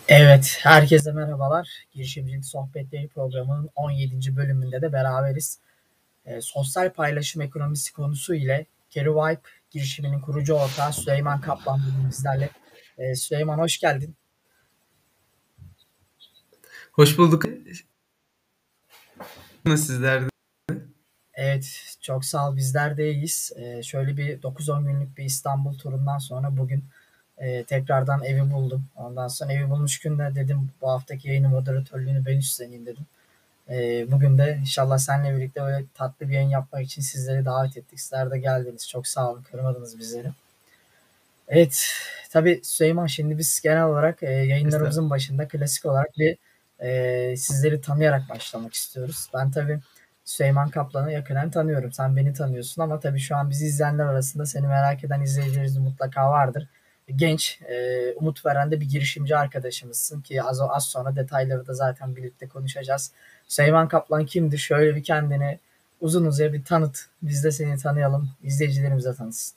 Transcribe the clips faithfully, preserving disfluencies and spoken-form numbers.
Evet, herkese merhabalar. Girişimcilik Sohbetleri programının on yedinci bölümünde de beraberiz. E, sosyal paylaşım ekonomisi konusu ile Carevibe girişiminin kurucu ortağı Süleyman Kaplan bugün bizlerle. E, Süleyman hoş geldin. Hoş bulduk. Sizler de. Evet, çok sağ ol. Bizler de iyiyiz. E, şöyle bir dokuz on günlük bir İstanbul turundan sonra bugün e, tekrardan evi buldum. Ondan sonra evi bulmuş günde dedim bu haftaki yayını moderatörlüğünü ben üstleneyim dedim. Ee, bugün de inşallah seninle birlikte böyle tatlı bir yayın yapmak için sizleri davet ettik. Sizler de geldiniz. Çok sağ olun. Kırmadınız bizleri. Evet. Tabii Süleyman, şimdi biz genel olarak e, Estağfurullah. yayınlarımızın başında klasik olarak bir e, sizleri tanıyarak başlamak istiyoruz. Ben tabii Süleyman Kaplan'ı yakından tanıyorum. Sen beni tanıyorsun ama tabii şu an bizi izleyenler arasında seni merak eden izleyicilerimiz mutlaka vardır. Genç, e, umut veren de bir girişimci arkadaşımızsın ki az, az sonra detayları da zaten birlikte konuşacağız. Süleyman Kaplan kimdir? Şöyle bir kendini uzun uzaya bir tanıt. Biz de seni tanıyalım. İzleyicilerimiz de tanısın.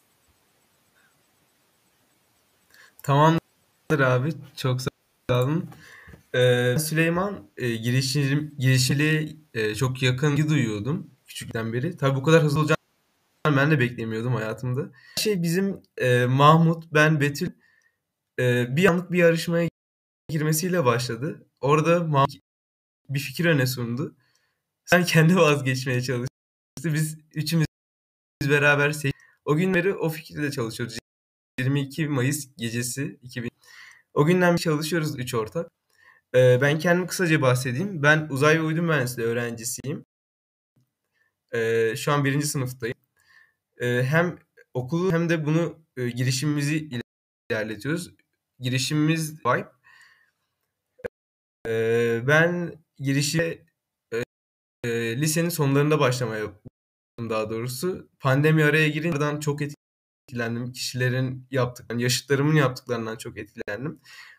Tamamdır abi. Çok sağ olun. Ee, Süleyman e, girişim, girişimciliğe e, çok yakın ilgi duyuyordum küçükten beri. Tabii bu kadar hızlı olacağını ben de beklemiyordum hayatımda. Her şey bizim e, Mahmut, ben, Betül e, bir anlık bir yarışmaya girmesiyle başladı. Orada Mahmut bir fikir öne sundu. Sen kendi vazgeçmeye çalıştı. Biz üçümüz beraber seç- o günleri o fikirle çalışıyoruz. yirmi iki Mayıs gecesi iki bin. O günden beri çalışıyoruz üç ortak. Ee, ben kendimi kısaca bahsedeyim. Ben uzay ve uydu mühendisliği öğrencisiyim. Ee, şu an birinci sınıftayım. Ee, hem okulu hem de bunu e, girişimimizi ilerletiyoruz. Girişimimiz Vibe. Ee, ben girişe e, lisenin sonlarında başlamaya başladım daha doğrusu. Pandemi araya girince oradan çok etkilendim. Kişilerin yaptıklarından, yaşıtlarımın yaptıklarından çok etkilendim.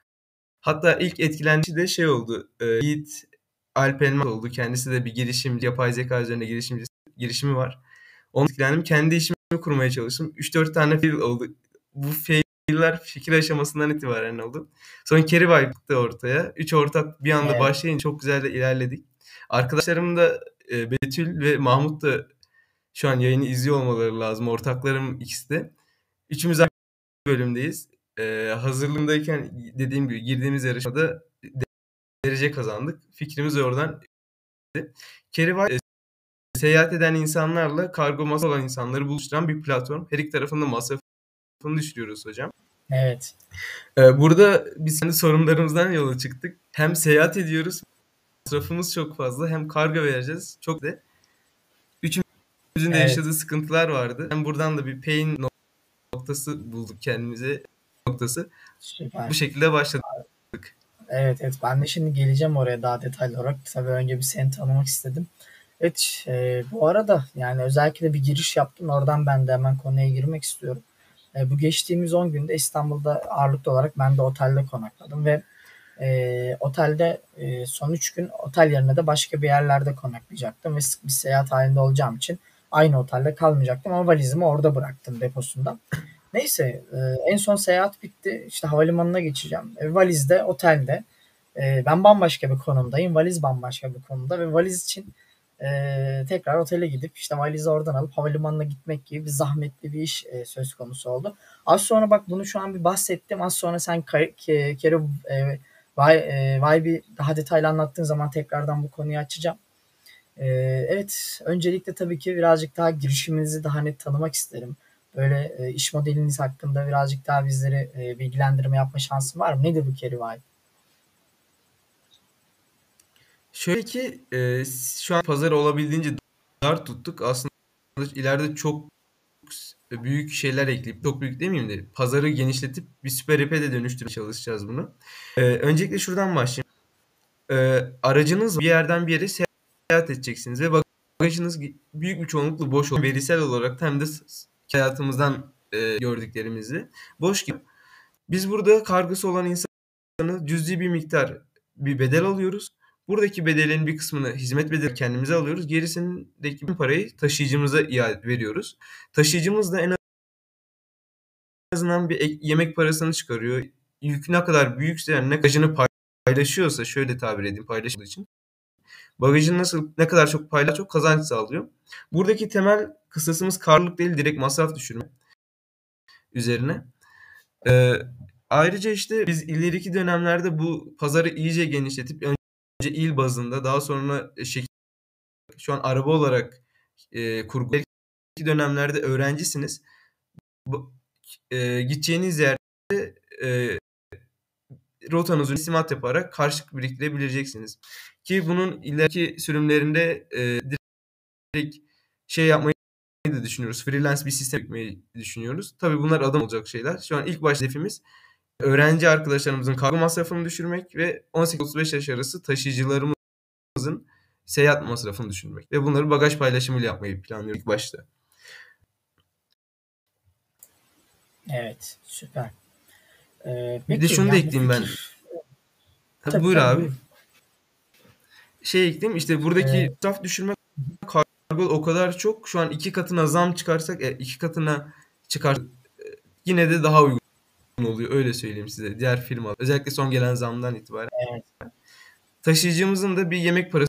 Hatta ilk etkilendiği de şey oldu. E, Yiğit Alp Elmas oldu. Kendisi de bir girişimci, yapay zeka üzerine girişimci, girişimi var. Onu etkilendim. Kendi işimi kurmaya çalıştım. üç dört tane fail oldu. Bu failler fikir aşamasından itibaren oldu. Sonra Kerivibe çıktı ortaya. Üç ortak bir anda Evet. başlayınca çok güzel de ilerledik. Arkadaşlarım da e, Betül ve Mahmut da şu an yayını izliyor olmaları lazım. Ortaklarım ikisi de. Üçümüz aynı bölümdeyiz. Ee, hazırlığındayken dediğim gibi girdiğimiz yarışmada derece kazandık. Fikrimiz oradan. Keriva e, seyahat eden insanlarla kargo masa olan insanları buluşturan bir platform. Her iki tarafında masrafını düşürüyoruz hocam. Evet. Ee, burada biz kendi sorunlarımızdan yola çıktık. Hem seyahat ediyoruz, masrafımız çok fazla. Hem kargo vereceğiz. Çok de. Üçümüzün de Evet. yaşadığı sıkıntılar vardı. Hem buradan da bir pain noktası bulduk kendimize noktası. Bu Süper. şekilde başladık. Evet, evet. Ben de şimdi geleceğim oraya daha detaylı olarak. Tabii önce bir seni tanımak istedim. Evet, e, bu arada yani özellikle bir giriş yaptın. Oradan ben de hemen konuya girmek istiyorum. E, bu geçtiğimiz on günde İstanbul'da ağırlıklı olarak ben de otelde konakladım ve e, otelde e, son üç gün otel yerine de başka bir yerlerde konaklayacaktım ve sık bir seyahat halinde olacağım için aynı otelde kalmayacaktım ama valizimi orada bıraktım deposunda. Neyse, e, en son seyahat bitti. İşte havalimanına geçeceğim. E, valiz de otelde. E, ben bambaşka bir konumdayım. Valiz bambaşka bir konumda ve valiz için e, tekrar otele gidip işte valizi oradan alıp havalimanına gitmek gibi bir zahmetli bir iş e, söz konusu oldu. Az sonra bak bunu şu an bir bahsettim. Az sonra sen Kare, Ke- Kere, e, vay, e, vay bir daha detaylı anlattığın zaman tekrardan bu konuyu açacağım. E, evet, öncelikle tabii ki birazcık daha girişiminizi daha net tanımak isterim. Böyle e, iş modeliniz hakkında birazcık daha bizleri e, bilgilendirme yapma şansın var mı? Nedir bu Kerivay? Şöyle ki e, şu an pazarı olabildiğince dar tuttuk. Aslında ileride çok büyük şeyler ekleyip, çok büyük demeyeyim de pazarı genişletip bir süper app'e de dönüştürmeye çalışacağız bunu. E, öncelikle şuradan başlayayım. E, aracınız bir yerden bir yere seyahat edeceksiniz ve bagajınız büyük bir çoğunlukla boş oluyor. Verisel olarak hem de hayatımızdan e, gördüklerimizi boş gibi. Biz burada kargosu olan insanı cüzi bir miktar bir bedel alıyoruz. Buradaki bedelin bir kısmını hizmet bedeli kendimize alıyoruz. Gerisindeki bir parayı taşıyıcımıza iade veriyoruz. Taşıyıcımız da en azından bir ek- yemek parasını çıkarıyor. Yük ne kadar büyükse yani ne kadarını paylaşıyorsa, şöyle tabir edeyim paylaşıldığı için, bagajını nasıl ne kadar çok paylaş çok kazanç sağlıyor. Buradaki temel kıstasımız karlılık değil, direkt masraf düşürme üzerine. Ee, ayrıca işte biz ileriki dönemlerde bu pazarı iyice genişletip önce il bazında, daha sonra şekil, şu an araba olarak e, kurgu. İleriki dönemlerde öğrencisiniz. Bu, e, gideceğiniz yerde e, rotanızı teslimat yaparak karşılık biriktirebileceksiniz. Ki bunun ileriki sürümlerinde e, direkt şey yapmayı da düşünüyoruz. Freelance bir sistem ekmeyi düşünüyoruz. Tabii bunlar adım olacak şeyler. Şu an ilk baş hedefimiz öğrenci arkadaşlarımızın kargo masrafını düşürmek ve on sekiz otuz beş yaş arası taşıyıcılarımızın seyahat masrafını düşürmek. Ve bunları bagaj paylaşımıyla yapmayı planlıyoruz ilk başta. Evet, süper. Ee, Bir de peki şunu da yani bu ekleyeyim ben. fikir Tabii tabii buyur tabii abi. buyurun. Şey ekleyeyim işte buradaki Ee, masraf düşürme, kargo o kadar çok. Şu an iki katına zam çıkarsak, e, iki katına çıkar e, yine de daha uygun oluyor. Öyle söyleyeyim size. Diğer firma. Özellikle son gelen zamdan itibaren. evet, Taşıyıcımızın da bir yemek parası.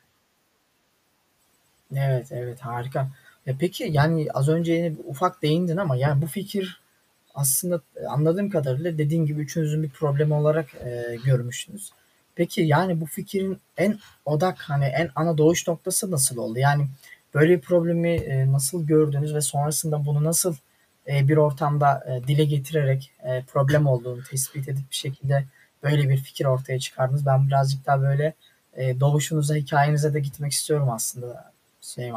evet, evet harika. Ya peki yani az önce yine bir ufak değindin ama yani bu fikir aslında anladığım kadarıyla dediğin gibi üçünüzün bir problemi olarak e, görmüşsünüz. Peki yani bu fikrin en odak hani en ana doğuş noktası nasıl oldu? Yani böyle bir problemi e, nasıl gördünüz ve sonrasında bunu nasıl e, bir ortamda e, dile getirerek e, problem olduğunu tespit edip bir şekilde böyle bir fikir ortaya çıkardınız? Ben birazcık daha böyle e, doğuşunuza, hikayenize de gitmek istiyorum aslında Süleyman.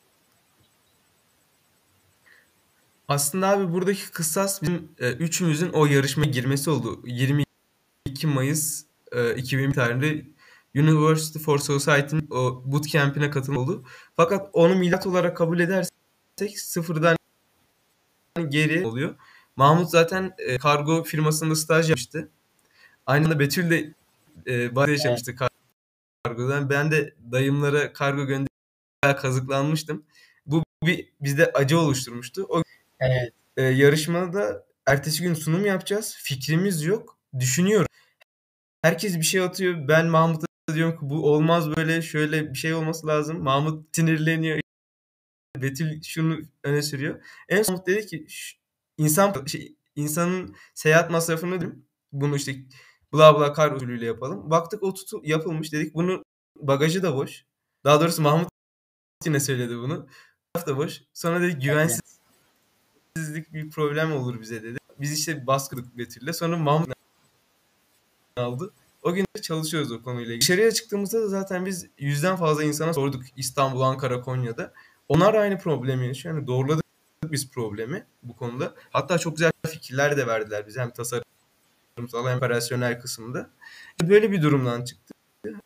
Aslında abi buradaki kıstas bizim e, üçümüzün o yarışmaya girmesi oldu. yirmi iki Mayıs e, iki bin tarihinde University for Society'nin o bootcamp'ine katılım oldu. Fakat onu milat olarak kabul edersek sıfırdan geri oluyor. Mahmut zaten e, kargo firmasında staj yapmıştı. Aynı anda Betül de e, bazı Evet, yaşamıştı kargodan. Ben de dayımlara kargo gönderip kazıklanmıştım. Bu bir bizde acı oluşturmuştu. O evet, e, yarışmada ertesi gün sunum yapacağız. Fikrimiz yok. Düşünüyoruz. Herkes bir şey atıyor. Ben Mahmut'a diyorum ki bu olmaz, böyle şöyle bir şey olması lazım. Mahmut sinirleniyor. Betül şunu öne sürüyor. En son Mahmut dedi ki insan şey, insanın seyahat masrafını dedim. Bunu işte bla bla kar usulüyle yapalım. Baktık o tutu yapılmış, dedik bunu bagajı da boş. Daha doğrusu Mahmut yine söyledi bunu. Taraf da boş. Sonra dedik evet. güvensizlik bir problem olur bize dedi. Biz işte baskıdık Betül'le. Sonra Mahmut aldı. O gün de çalışıyoruz o konuyla ilgili. Dışarıya çıktığımızda da zaten biz yüzden fazla insana sorduk İstanbul, Ankara, Konya'da. Onlar da aynı problemi yaşıyor. Yani doğruladık biz problemi bu konuda. Hatta çok güzel fikirler de verdiler bize, hem tasarımsal hem operasyonel kısımda. Böyle bir durumdan çıktı.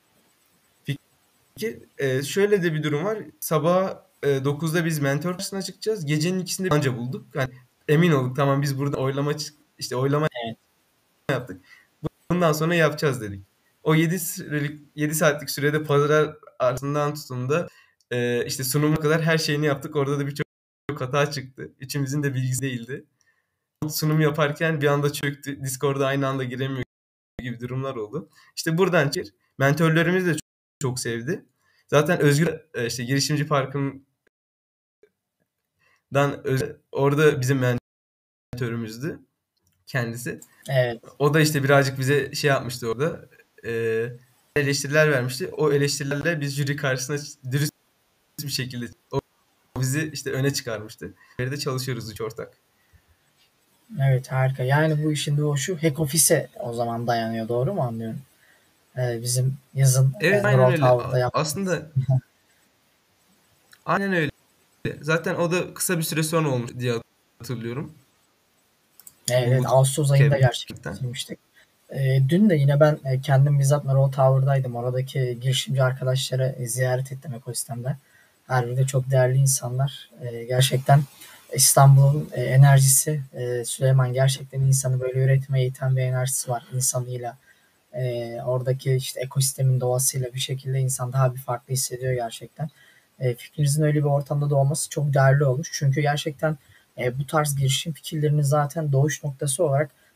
Fikir, e, şöyle de bir durum var. Sabah e, dokuzda biz mentor karşısına çıkacağız. Gecenin ikisinde anca bulduk. Yani emin olduk, tamam biz burada oylama işte oylama Evet. yaptık. Bundan sonra yapacağız dedik. O yedi sürelik yedi saatlik sürede pazar arasından tutun da e, işte sunuma kadar her şeyini yaptık. Orada da birçok hata çıktı. Üçümüzün de bilgisi değildi. Sunum yaparken bir anda çöktü. Discord'a aynı anda giremiyor gibi durumlar oldu. İşte buradan çıkır. Mentörlerimiz de çok, çok sevdi. Zaten Özgür e, işte girişimci parkından öz, orada bizim mentörümüzdü kendisi. Evet. O da işte birazcık bize şey yapmıştı orada. E, eleştiriler vermişti. O eleştirilerle biz jüri karşısına dürüst bir şekilde o bizi işte öne çıkarmıştı. Böyle de çalışıyoruz üç ortak. Evet harika. Yani bu işin doğuşu hack office'e o zaman dayanıyor. Doğru mu anlıyorum? Ee, bizim yazın Evet, e, aynen Neural öyle. Tower'da yaptığımız. Aslında aynen öyle. Zaten o da kısa bir süre sonra olmuş diye hatırlıyorum. Evet, Bu evet Ağustos ayında bootcamp'ten. gerçekleştirmiştik. Ee, dün de yine ben e, kendim bizzat Neural Tower'daydım. Oradaki girişimci arkadaşları e, ziyaret ettim ekosistemde. Harbi de çok değerli insanlar. Ee, gerçekten İstanbul'un e, enerjisi e, Süleyman gerçekten insanı böyle üretmeye iten bir enerjisi var insanıyla. E, oradaki işte ekosistemin doğasıyla bir şekilde insan daha bir farklı hissediyor gerçekten. E, fikrinizin öyle bir ortamda da olması çok değerli olmuş. Çünkü gerçekten e, bu tarz girişim fikirlerinin zaten doğuş noktası olarak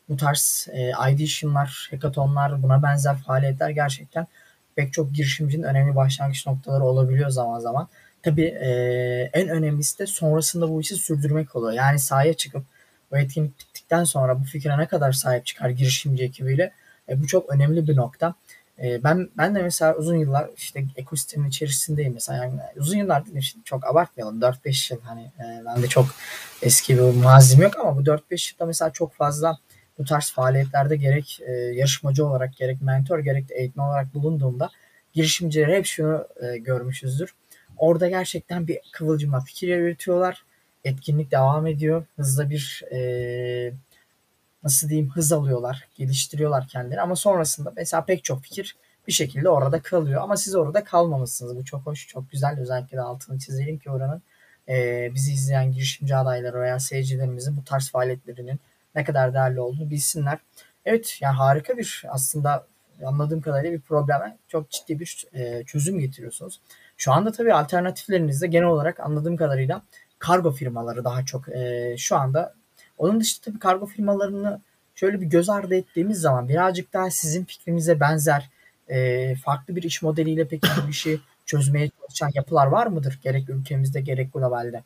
Bu tarz e, ideation'lar, hackathonlar, buna benzer faaliyetler gerçekten pek çok girişimcinin önemli başlangıç noktaları olabiliyor zaman zaman. Tabii e, en önemlisi de sonrasında bu işi sürdürmek oluyor. Yani sahaya çıkıp bu etkinlik bittikten sonra bu fikre ne kadar sahip çıkar girişimci ekibiyle, e, bu çok önemli bir nokta. E, ben ben de mesela uzun yıllar işte ekosistemin içerisindeyim mesela. Yani uzun yıllar dedim, şimdi çok abartmayalım. dört beş yıl, hani e, ben de çok eski bir mazim yok ama bu dört beş yılda mesela çok fazla bu tarz faaliyetlerde gerek e, yarışmacı olarak, gerek mentor, gerek de eğitmen olarak bulunduğumda girişimciler hep şunu e, görmüşüzdür. Orada gerçekten bir kıvılcımla fikir üretiyorlar. Etkinlik devam ediyor. Hızla bir e, nasıl diyeyim, hız alıyorlar, geliştiriyorlar kendileri ama sonrasında mesela pek çok fikir bir şekilde orada kalıyor. Ama siz orada kalmamışsınız. Bu çok hoş, çok güzel. Özellikle de altını çizelim ki oranın e, bizi izleyen girişimci adayları veya seyircilerimizin bu tarz faaliyetlerinin ne kadar değerli olduğunu bilsinler. Evet, yani harika bir, aslında anladığım kadarıyla bir probleme çok ciddi bir e, çözüm getiriyorsunuz. Şu anda tabii alternatiflerinizde genel olarak anladığım kadarıyla kargo firmaları daha çok e, şu anda. Onun dışında tabii kargo firmalarını şöyle bir göz ardı ettiğimiz zaman birazcık daha sizin fikrinize benzer e, farklı bir iş modeliyle peki bu işi çözmeye çalışan yapılar var mıdır? Gerek ülkemizde gerek globalde.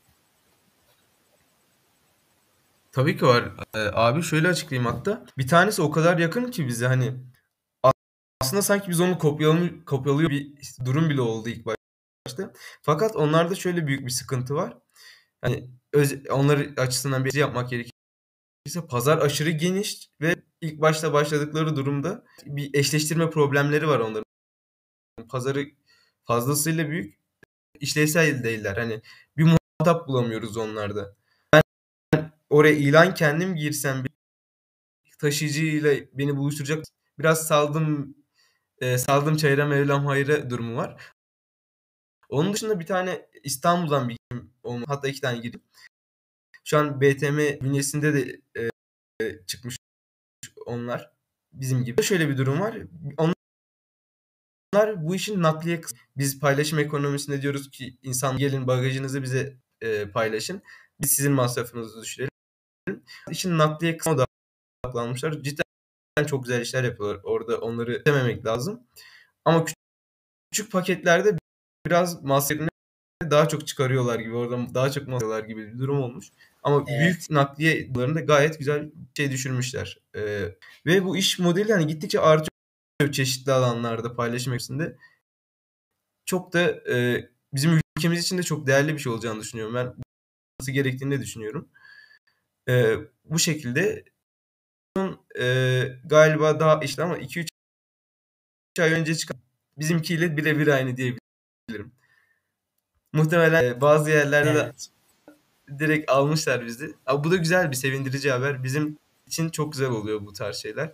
Tabii ki var. Ee, abi şöyle açıklayayım hatta. Bir tanesi o kadar yakın ki bize, hani aslında sanki biz onu kopyalım, kopyalıyor bir durum bile oldu ilk başta. Fakat onlarda şöyle büyük bir sıkıntı var. Hani öz, onları açısından bir şey yapmak gerekirse pazar aşırı geniş ve ilk başta başladıkları durumda bir eşleştirme problemleri var onların. Pazarı fazlasıyla büyük, işlevsel değiller. Hani bir muhatap bulamıyoruz onlarda. Oraya ilan kendim girsem bir taşıyıcıyla beni buluşturacak, biraz saldım e, saldım çayıra Mevlam hayra durumu var. Onun dışında bir tane İstanbul'dan bir girişim olma, hatta iki tane girdim. Şu an B T M bünyesinde de e, çıkmış onlar bizim gibi. Şöyle bir durum var. Onlar bu işin nakliye kısmı. Biz paylaşım ekonomisinde diyoruz ki insan gelin bagajınızı bize e, paylaşın. Biz sizin masrafınızı düşürelim. İşin nakliye kısmına odaklanmışlar. Cidden çok güzel işler yapıyorlar. Orada onları dememek lazım. Ama küçük paketlerde biraz masrafını daha çok çıkarıyorlar gibi. Orada daha çok masraflar gibi bir durum olmuş. Ama Evet. büyük nakliye da gayet güzel bir şey düşürmüşler. Ee, ve bu iş modeli hani gittikçe artıyor çeşitli alanlarda paylaşım hepsinde. Çok da e, bizim ülkemiz için de çok değerli bir şey olacağını düşünüyorum. Ben nasıl gerektiğini de düşünüyorum. E, bu şekilde e, galiba daha işte ama iki üç ay önce çıkan bizimkiyle birebir aynı diyebilirim. Muhtemelen e, bazı yerlerde de Evet. direkt almışlar bizi. Ama bu da güzel bir sevindirici haber. Bizim için çok güzel oluyor bu tarz şeyler.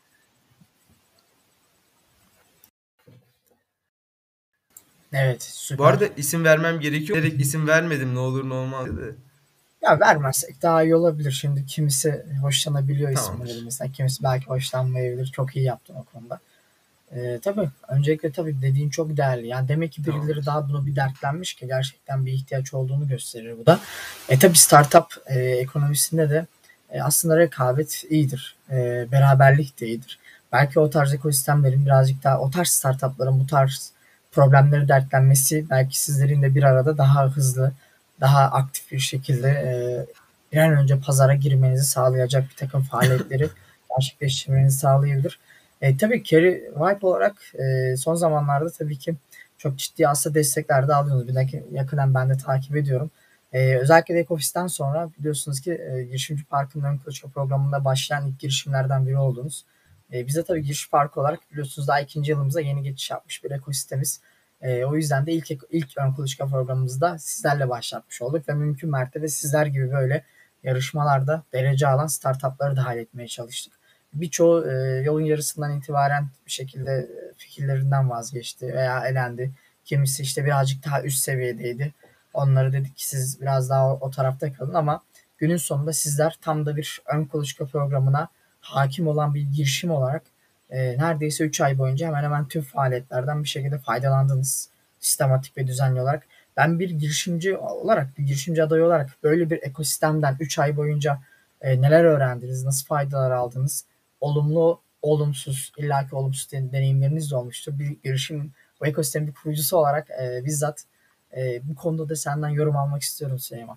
Evet, Bu süper. arada isim vermem gerekiyor. Direkt isim vermedim, ne olur ne olmaz dedi. Ya vermezsek daha iyi olabilir. Şimdi kimisi hoşlanabiliyor isim Tamamdır. verilmesinden. Kimisi belki hoşlanmayabilir. Çok iyi yaptın o konuda. Ee, tabii öncelikle tabii dediğin çok değerli. Yani demek ki birileri Tamamdır. daha bunu bir dertlenmiş ki gerçekten bir ihtiyaç olduğunu gösterir bu da. E tabii startup e, ekonomisinde de e, aslında rekabet iyidir. E, beraberlik de iyidir. Belki o tarz ekosistemlerin birazcık daha o tarz startupların bu tarz problemleri dertlenmesi belki sizlerin de bir arada daha hızlı, daha aktif bir şekilde e, bir an önce pazara girmenizi sağlayacak bir takım faaliyetleri gerçekleştirmenizi sağlayabilir. E, tabii Carry Vibe olarak e, son zamanlarda tabii ki çok ciddi aslında destekler de alıyorsunuz. Bir de yakından ben de takip ediyorum. E, özellikle de Ecofis'ten sonra biliyorsunuz ki e, Girişimci Parkı'nın ön kuluçka programında başlayan ilk girişimlerden biri oldunuz. E, biz de tabii Giriş Parkı olarak biliyorsunuz daha ikinci yılımıza yeni geçiş yapmış bir ekosistemiz. E, o yüzden de ilk ilk ön kuluçka programımızda sizlerle başlatmış olduk ve mümkün mertebe sizler gibi böyle yarışmalarda derece alan startupları dahil etmeye çalıştık. Birçoğu e, yolun yarısından itibaren bir şekilde e, fikirlerinden vazgeçti veya elendi. Kimisi işte birazcık daha üst seviyedeydi. Onları dedik ki siz biraz daha o, o tarafta kalın ama günün sonunda sizler tam da bir ön kuluçka programına hakim olan bir girişim olarak e, neredeyse üç ay boyunca hemen hemen tüm faaliyetlerden bir şekilde faydalandınız. Sistematik ve düzenli olarak. Ben bir girişimci olarak, bir girişimci adayı olarak böyle bir ekosistemden üç ay boyunca e, neler öğrendiniz, nasıl faydalar aldınız? olumlu, olumsuz, illaki olumsuz deneyimleriniz de olmuştur. Bir girişim, bu ekosistemin bir kurucusu olarak e, bizzat e, bu konuda da senden yorum almak istiyorum Süleyman.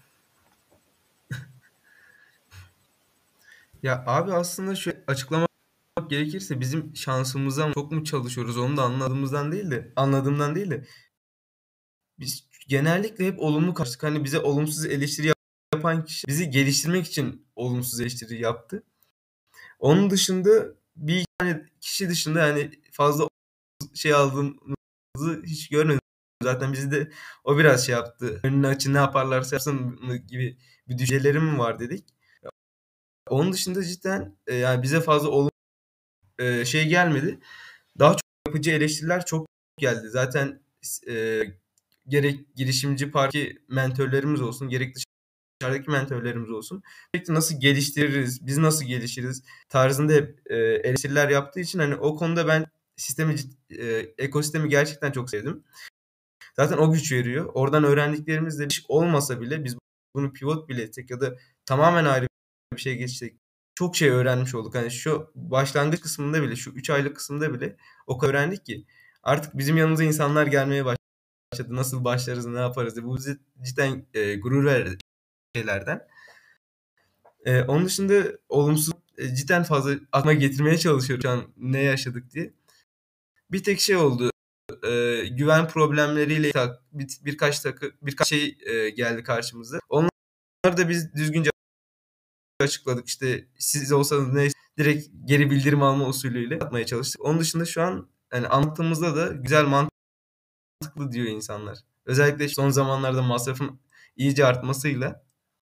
Ya abi aslında şu açıklamak gerekirse bizim şansımıza çok mu çalışıyoruz onu da anladığımızdan değil de anladığımdan değil de biz genellikle hep olumlu karşılık. Hani bize olumsuz eleştiri yapan kişi bizi geliştirmek için olumsuz eleştiri yaptı. Onun dışında bir tane kişi dışında yani fazla şey aldığımızı hiç görmedim. Zaten bizi de o biraz şey yaptı. Önüne açın ne yaparlarsa yapsın gibi bir düşüncelerim var dedik. Onun dışında cidden e, yani bize fazla olumlu e, şey gelmedi. Daha çok yapıcı eleştiriler çok geldi. Zaten e, gerek girişimci parti mentörlerimiz olsun, gerek dışarıdaki mentörlerimiz olsun. Sürekli nasıl geliştiririz, biz nasıl gelişiriz tarzında hep e, eleştiriler yaptığı için hani o konuda ben sistemi, e, ekosistemi gerçekten çok sevdim. Zaten o güç veriyor. Oradan öğrendiklerimizle bir şey olmasa bile biz bunu pivot bile etsek ya da tamamen ayrı bir şey geçsek çok şey öğrenmiş olduk. Hani şu başlangıç kısmında bile, şu üç aylık kısımda bile o kadar öğrendik ki artık bizim yanımıza insanlar gelmeye başladı. Nasıl başlarız, ne yaparız diye. Bu bize cidden e, gurur verdi şeylerden. E, onun dışında olumsuz e, cidden fazla aklıma getirmeye çalışıyorum şu an ne yaşadık diye. Bir tek şey oldu. E, güven problemleriyle tak, bir, birkaç takı birkaç şey e, geldi karşımıza. Onları da biz düzgünce açıkladık. İşte siz olsanız ne direkt geri bildirim alma usulüyle yapmaya çalıştık. Onun dışında şu an yani anlattığımızda da güzel mantıklı diyor insanlar. Özellikle son zamanlarda masrafın iyice artmasıyla.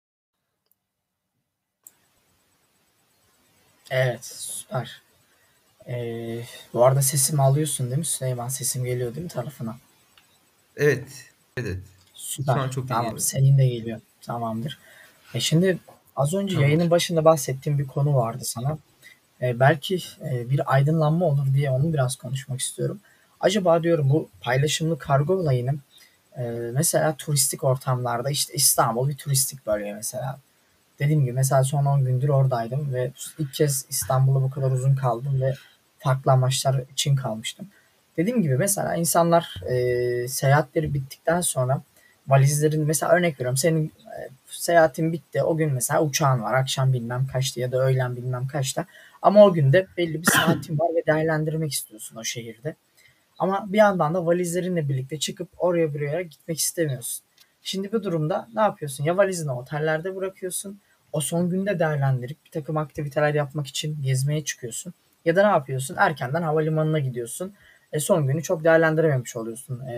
Evet, süper. Ee, bu arada sesimi alıyorsun değil mi Süleyman? Sesim geliyor değil mi tarafına? Evet. Evet. Şu an Süper. çok iyi Tamam, geliyor. senin de geliyor. Tamamdır. E şimdi az önce yayının Tamamdır. başında bahsettiğim bir konu vardı sana. E, belki e, bir aydınlanma olur diye onu biraz konuşmak istiyorum. Acaba diyorum bu paylaşımlı kargo olayının e, mesela turistik ortamlarda işte İstanbul bir turistik bölge mesela. Dediğim gibi mesela son on gündür oradaydım ve ilk kez İstanbul'da bu kadar uzun kaldım ve farklı amaçlar için kalmıştım. Dediğim gibi mesela insanlar e, seyahatleri bittikten sonra valizlerin mesela örnek veriyorum senin e, seyahatin bitti. O gün mesela uçağın var akşam bilmem kaçta ya da öğlen bilmem kaçta. Ama o günde belli bir saatin var ve değerlendirmek istiyorsun o şehirde. Ama bir yandan da valizlerinle birlikte çıkıp oraya buraya gitmek istemiyorsun. Şimdi bu durumda ne yapıyorsun? Ya valizini otellerde bırakıyorsun. O son günde değerlendirip bir takım aktiviteler yapmak için gezmeye çıkıyorsun. Ya da ne yapıyorsun? Erkenden havalimanına gidiyorsun. E son günü çok değerlendirememiş oluyorsun. E,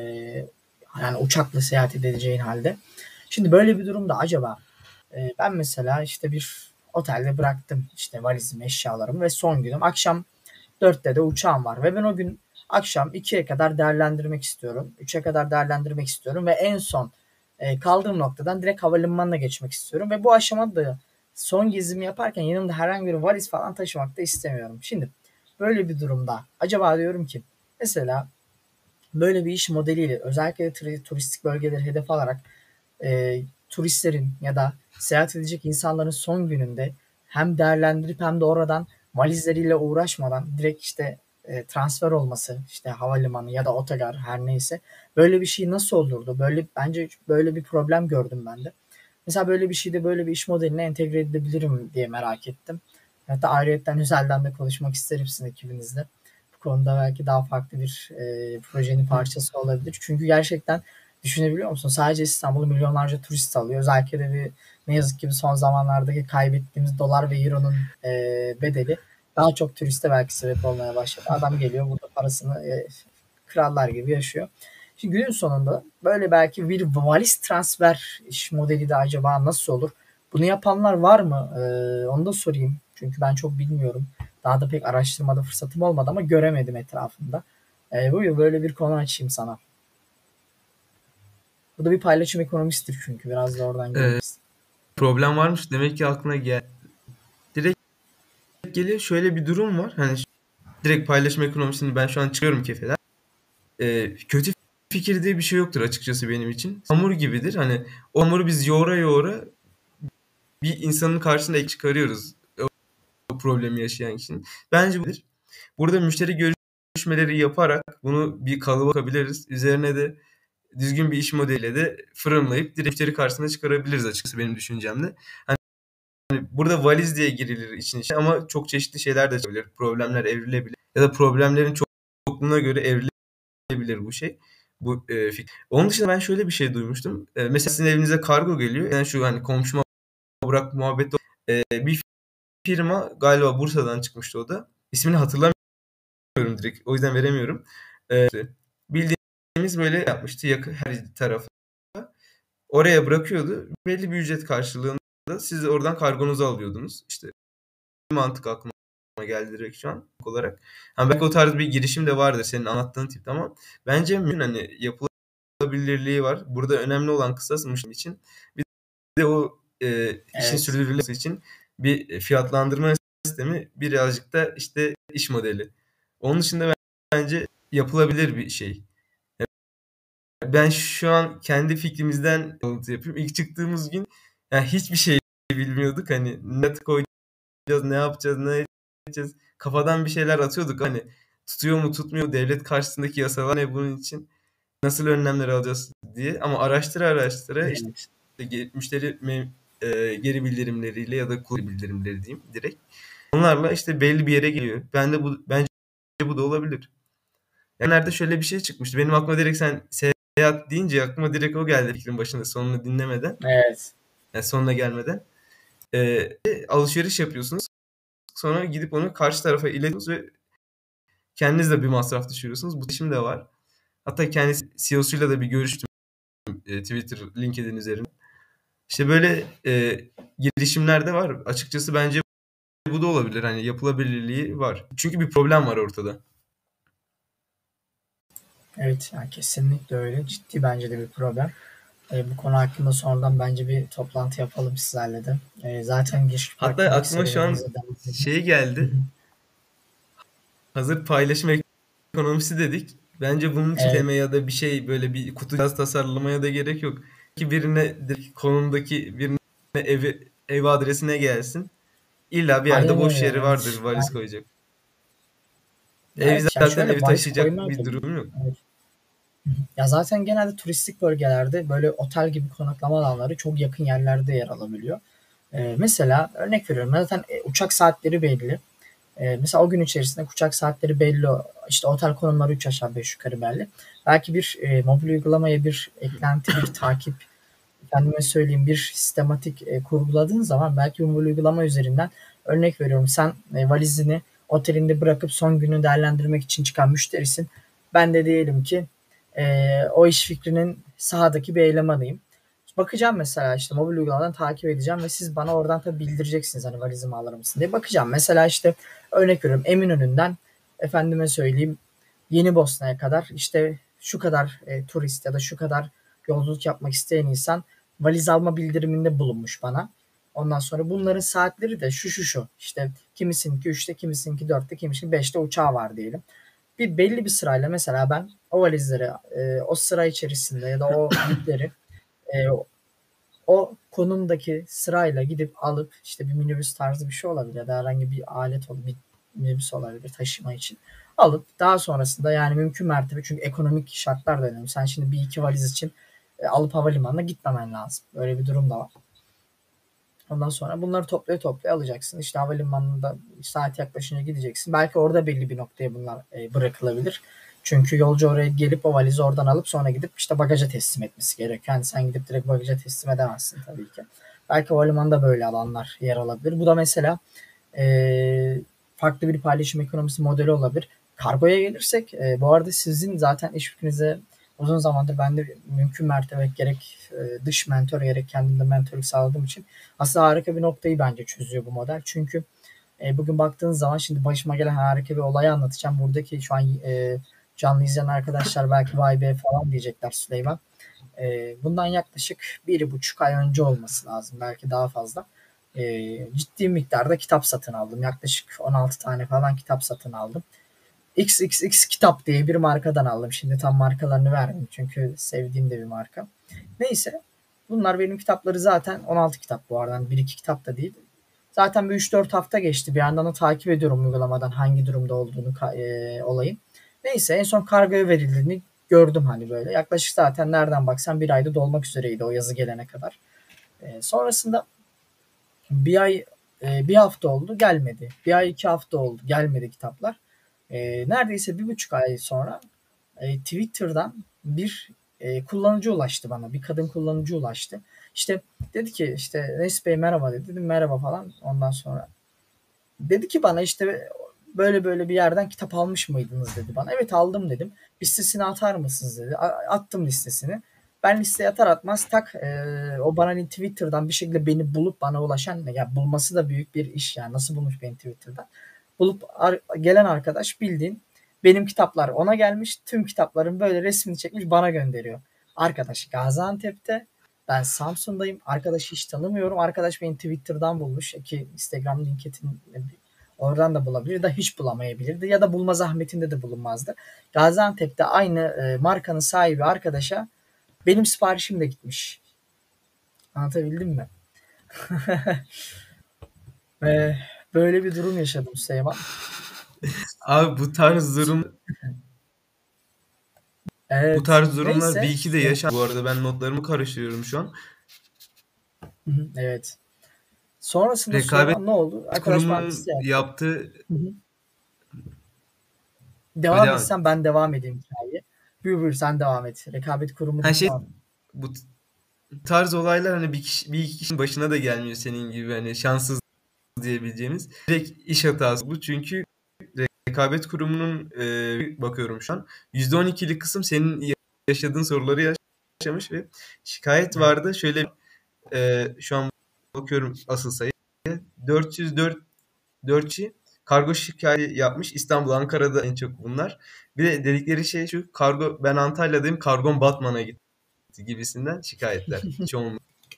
yani uçakla seyahat edeceğin halde. Şimdi böyle bir durumda acaba e, ben mesela işte bir otelde bıraktım işte valizimi, eşyalarımı ve son günüm akşam dörtte de uçağım var ve ben o gün akşam ikiye kadar değerlendirmek istiyorum. üçe kadar değerlendirmek istiyorum ve en son e, kaldığım noktadan direkt havalimanına geçmek istiyorum ve bu aşamada da son gezimi yaparken yanımda herhangi bir valiz falan taşımak da istemiyorum. Şimdi böyle bir durumda acaba diyorum ki mesela böyle bir iş modeliyle özellikle de turistik bölgeleri hedef alarak e, turistlerin ya da seyahat edecek insanların son gününde hem değerlendirip hem de oradan valizleriyle uğraşmadan direkt işte e, transfer olması işte havalimanı ya da otogar her neyse böyle bir şey nasıl olurdu? Böyle bence böyle bir problem gördüm ben de. Mesela böyle bir şeyde böyle bir iş modeline entegre edebilirim diye merak ettim. Hatta ayrıyetten özelden de konuşmak isterim sizin ekibinizle. Bu konuda belki daha farklı bir e, projenin parçası olabilir. Çünkü gerçekten düşünebiliyor musun? Sadece İstanbul'u milyonlarca turist alıyor. Özellikle de bir, ne yazık ki son zamanlardaki kaybettiğimiz dolar ve euronun e, bedeli daha çok turiste belki sebep olmaya başladı. Adam geliyor burada parasını e, krallar gibi yaşıyor. Şimdi günün sonunda böyle belki bir valiz transfer iş modeli de acaba nasıl olur? Bunu yapanlar var mı? Ee, onu da sorayım. Çünkü ben çok bilmiyorum. Daha da pek araştırmada fırsatım olmadı ama göremedim etrafımda. Ee, buyur böyle bir konu açayım sana. Bu da bir paylaşım ekonomisidir çünkü. Biraz da oradan E, girmek istedim. problem varmış demek ki aklına gel. Direkt geliyor şöyle bir durum var. Hani direkt paylaşım ekonomisini ben şu an çıkıyorum kefeden. Ee, kötü fikir diye bir şey yoktur açıkçası benim için. Hamur gibidir. Hani o hamuru biz yoğura yoğura bir insanın karşısına ek çıkarıyoruz. O problemi yaşayan kişinin. Bence budur. Burada müşteri görüşmeleri yaparak bunu bir kalıba sokabiliriz. Üzerine de düzgün bir iş modeliyle de fırınlayıp direkt müşteri karşısına çıkarabiliriz açıkçası benim düşüncemde. Hani burada valiz diye girilir için içine ama çok çeşitli şeyler de çıkabilir. Problemler evrilebilir. Ya da problemlerin çokluğuna göre evrilebilir bu şey. Bu e, fikir. Onun dışında ben şöyle bir şey duymuştum. E, mesela sizin evinize kargo geliyor. Yani şu hani komşuma bırak muhabbeti. E, bir firma galiba Bursa'dan çıkmıştı o da. İsmini hatırlamıyorum direkt. O yüzden veremiyorum. E, bildiğimiz böyle yapmıştı yakın her tarafı. Oraya bırakıyordu. Belli bir ücret karşılığında siz oradan kargonuzu alıyordunuz. İşte mantık aklıma geldi direkt şu an olarak. Hani belki o tarz bir girişim de vardır senin anlattığın tipte ama bence mümkün hani yapılabilirliği var. Burada önemli olan kısasmış için bir de o e, işin Evet. sürdürülebilmesi için bir fiyatlandırma sistemi birazcık da işte iş modeli. Onun dışında bence yapılabilir bir şey. Ben şu an kendi fikrimizden alıntı yapıyorum. İlk çıktığımız gün yani hiçbir şey bilmiyorduk. Hani ne koyacağız, ne yapacağız, ne edeceğiz. Kafadan bir şeyler atıyorduk. Hani tutuyor mu, tutmuyor mu, devlet karşısındaki yasalar ne bunun için, nasıl önlemler alacağız diye. Ama araştıra araştıra işte Evet. müşteri me- e, geri bildirimleriyle ya da kur bildirimleri diyeyim direkt. Onlarla işte belli bir yere geliyor. Ben de bu bence bu da olabilir. Yani nerede şöyle bir şey çıkmıştı. Benim aklıma direkt sen seyahat deyince aklıma direkt o geldi fikrin başında sonunu dinlemeden. Evet. Yani sonuna gelmeden. Ee, alışveriş yapıyorsunuz. Sonra gidip onu karşı tarafa iletiyorsunuz ve kendiniz de bir masraf düşürüyorsunuz. Bu işim de var. Hatta kendisi C E O'suyla da bir görüştüm. E, Twitter, LinkedIn üzerinde. İşte böyle e, girişimler de var. Açıkçası bence bu da olabilir. Hani yapılabilirliği var. Çünkü bir problem var ortada. Evet, yani kesinlikle öyle. Ciddi bence de bir problem. E, bu konu hakkında sonradan bence bir toplantı yapalım sizlerle de. E, zaten giriş Hatta bırakmadık aklıma şu an serilerimize devam edelim. şey Hı hı. geldi. Hazır paylaşım ekonomisi dedik. Bence bunun için Evet, teme ya da bir şey böyle bir kutu cihaz tasarlamaya da gerek yok. Ki birine direkt konumdaki birine evi, ev adresine gelsin. İlla bir yerde aynen boş öyle. yeri vardır Evet. valiz Yani, koyacak. Ev evet, yani zaten şöyle evi valiz taşıyacak koyma bir bile. durum yok. Evet. Ya zaten genelde turistik bölgelerde böyle otel gibi konaklama alanları çok yakın yerlerde yer alabiliyor. E, mesela örnek veriyorum zaten e, uçak saatleri belli. E, mesela o gün içerisinde uçak saatleri belli. İşte otel konumları üç aşağı beş yukarı belli. Belki bir e, mobil uygulamaya bir eklenti, bir takip, kendime söyleyeyim bir sistematik e, kurguladığın zaman belki bu uygulama üzerinden örnek veriyorum sen e, valizini otelinde bırakıp son günü değerlendirmek için çıkan müşterisin. Ben de diyelim ki e, o iş fikrinin sahadaki bir elemanıyım. Bakacağım mesela işte mobil uygulamadan takip edeceğim ve siz bana oradan tabii bildireceksiniz hani valizimi alır mısın diye. Bakacağım mesela işte örnek veriyorum Eminönü'nden efendime söyleyeyim Yeni Bosna'ya kadar işte şu kadar e, turist ya da şu kadar yolculuk yapmak isteyen insan valiz alma bildiriminde bulunmuş bana. Ondan sonra bunların saatleri de şu şu şu. İşte kimisininki üçte, kimisininki dörtte, kimisininki beşte uçağı var diyelim. Bir belli bir sırayla mesela ben o valizleri e, o sıra içerisinde ya da o yükleri e, o konumdaki sırayla gidip alıp işte bir minibüs tarzı bir şey olabilir ya da herhangi bir alet olabilir, bir minibüs olabilir taşıma için. Alıp daha sonrasında yani mümkün mertebe çünkü ekonomik şartlar da önemli. Sen şimdi bir iki valiz için e, alıp havalimanına gitmemen lazım. Böyle bir durum da var. Ondan sonra bunları toplaya toplaya alacaksın. İşte havalimanında saat yaklaşınca gideceksin. Belki orada belli bir noktaya bunlar e, bırakılabilir. Çünkü yolcu oraya gelip o valizi oradan alıp sonra gidip işte bagaja teslim etmesi gerekiyor. Yani sen gidip direkt bagaja teslim edemezsin tabii ki. Belki havalimanında böyle alanlar yer alabilir. Bu da mesela e, farklı bir paylaşım ekonomisi modeli olabilir. Kargoya gelirsek e, bu arada sizin zaten iş fikrinize uzun zamandır ben de mümkün mertebe gerek e, dış mentor gerek kendimde mentorluk sağladığım için aslında harika bir noktayı bence çözüyor bu model. Çünkü e, bugün baktığınız zaman şimdi başıma gelen harika bir olayı anlatacağım. Buradaki şu an e, canlı izleyen arkadaşlar belki vay be falan diyecekler Süleyman. E, bundan yaklaşık bir buçuk ay önce olması lazım. Belki daha fazla. E, ciddi miktarda kitap satın aldım. Yaklaşık on altı tane falan kitap satın aldım. X X X Kitap diye bir markadan aldım. Şimdi tam markalarını vermeyeyim çünkü sevdiğim de bir marka. Neyse bunlar benim kitapları zaten on altı kitap bu arada. bir iki kitap da değil. Zaten bir üç dört hafta geçti. Bir yandan da takip ediyorum uygulamadan hangi durumda olduğunu e, olayın. Neyse en son kargoya verildiğini gördüm hani böyle. Yaklaşık zaten nereden baksan bir ayda dolmak üzereydi o yazı gelene kadar. E, sonrasında bir ay e, bir hafta oldu gelmedi. Bir ay iki hafta oldu gelmedi kitaplar. E, neredeyse bir buçuk ay sonra e, Twitter'dan bir e, kullanıcı ulaştı bana. Bir kadın kullanıcı ulaştı. İşte dedi ki işte Reis Bey merhaba dedi. Dedim merhaba falan. Ondan sonra dedi ki bana işte böyle böyle bir yerden kitap almış mıydınız dedi bana. Evet aldım dedim. Listesini atar mısınız dedi. Attım listesini. Ben listeye atar atmaz tak e, o bana hani Twitter'dan bir şekilde beni bulup bana ulaşan ya yani bulması da büyük bir iş yani nasıl bulmuş beni Twitter'dan. Bulup ar- gelen arkadaş bildiğin benim kitaplar ona gelmiş. Tüm kitapların böyle resmini çekmiş bana gönderiyor. Arkadaş Gaziantep'te. Ben Samsun'dayım. Arkadaşı hiç tanımıyorum. Arkadaş beni Twitter'dan bulmuş ki Instagram linketin oradan da bulabilir de hiç bulamayabilirdi ya da bulma zahmetinde de bulunmazdı. Gaziantep'te aynı e, markanın sahibi arkadaşa benim siparişim de gitmiş. Anlatabildim mi? Ve böyle bir durum yaşadım Süleyman. Abi bu tarz durum bu Evet. tarz durumlar bir Neyse. iki de yaşan. Bu arada ben notlarımı karıştırıyorum şu an. Evet. Sonrasında Rekabet Süleyman ne oldu? Arkadaş bana Kurumu'nun liste yaptı. yaptığı Devam Hadi etsen ben devam edeyim hikaye. Buyur buyur sen devam et. Rekabet kurumu her deyip şey devam et. bu tarz olaylar hani bir kişi, bir iki kişinin başına da gelmiyor senin gibi hani şanssız diyebileceğimiz. Direkt iş hatası bu çünkü Rekabet Kurumu'nun e, bakıyorum şu an yüzde on ikilik kısım senin yaşadığın soruları yaşamış ve şikayet Evet. vardı. Şöyle e, şu an bakıyorum asıl sayı dört yüz dört dört kişi kargo şikayeti yapmış. İstanbul, Ankara'da en çok bunlar. Bir de dedikleri şey şu kargo ben Antalya'dayım kargom Batman'a gitti gibisinden şikayetler çoğunlukla.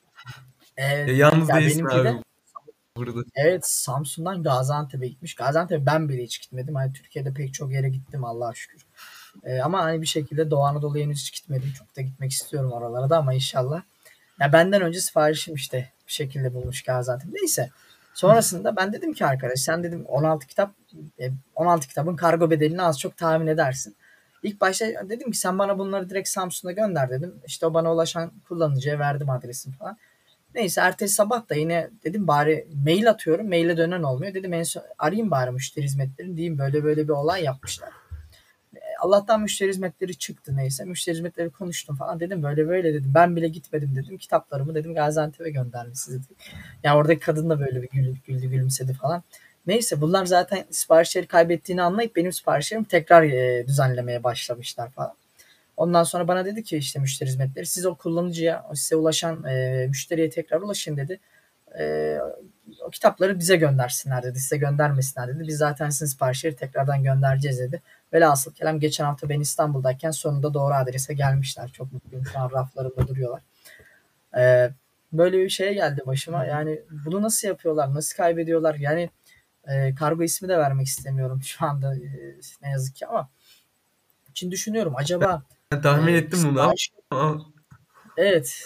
Evet. Ya yalnız Ya değilsin benimki de abi burada. evet Samsun'dan Gaziantep'e gitmiş. Gaziantep'e ben bile hiç gitmedim. Hani Türkiye'de pek çok yere gittim Allah'a şükür. Ee, ama hani bir şekilde Doğu Anadolu'ya henüz hiç gitmedim. Çok da gitmek istiyorum oralara da ama inşallah. Ya benden önce siparişim işte bir şekilde bulmuş Gaziantep. Neyse. Sonrasında ben dedim ki arkadaş sen dedim on altı kitap e, on altı kitabın kargo bedelini az çok tahmin edersin. İlk başta dedim ki sen bana bunları direkt Samsun'a gönder dedim. İşte o bana ulaşan kullanıcıya verdim adresimi falan. Neyse ertesi sabah da yine dedim bari mail atıyorum. Maile dönen olmuyor. Dedim en son arayayım bari müşteri hizmetlerini diyeyim böyle böyle bir olay yapmışlar. Allah'tan müşteri hizmetleri çıktı neyse. Müşteri hizmetleri konuştum falan. Dedim böyle böyle dedim. Ben bile gitmedim dedim. Kitaplarımı dedim Gaziantep'e göndermişsiniz dedim. Yani oradaki kadın da böyle bir güldü, güldü gülümsedi falan. Neyse bunlar zaten siparişleri kaybettiğini anlayıp benim siparişlerimi tekrar e, düzenlemeye başlamışlar falan. Ondan sonra bana dedi ki işte müşteri hizmetleri siz o kullanıcıya, o size ulaşan e, müşteriye tekrar ulaşın dedi. E, O kitapları bize göndersinler dedi. Size göndermesinler dedi. Biz zaten sizin siparişleri tekrardan göndereceğiz dedi. Velhasıl kelam geçen hafta ben İstanbul'dayken sonunda doğru adrese gelmişler. Çok mutluyum. Şu an raflarımda duruyorlar. E, Böyle bir şeye geldi başıma. Yani bunu nasıl yapıyorlar? Nasıl kaybediyorlar? Yani e, kargo ismi de vermek istemiyorum şu anda e, ne yazık ki ama için düşünüyorum acaba Ben tahmin e, ettim bunu sipariş ama evet.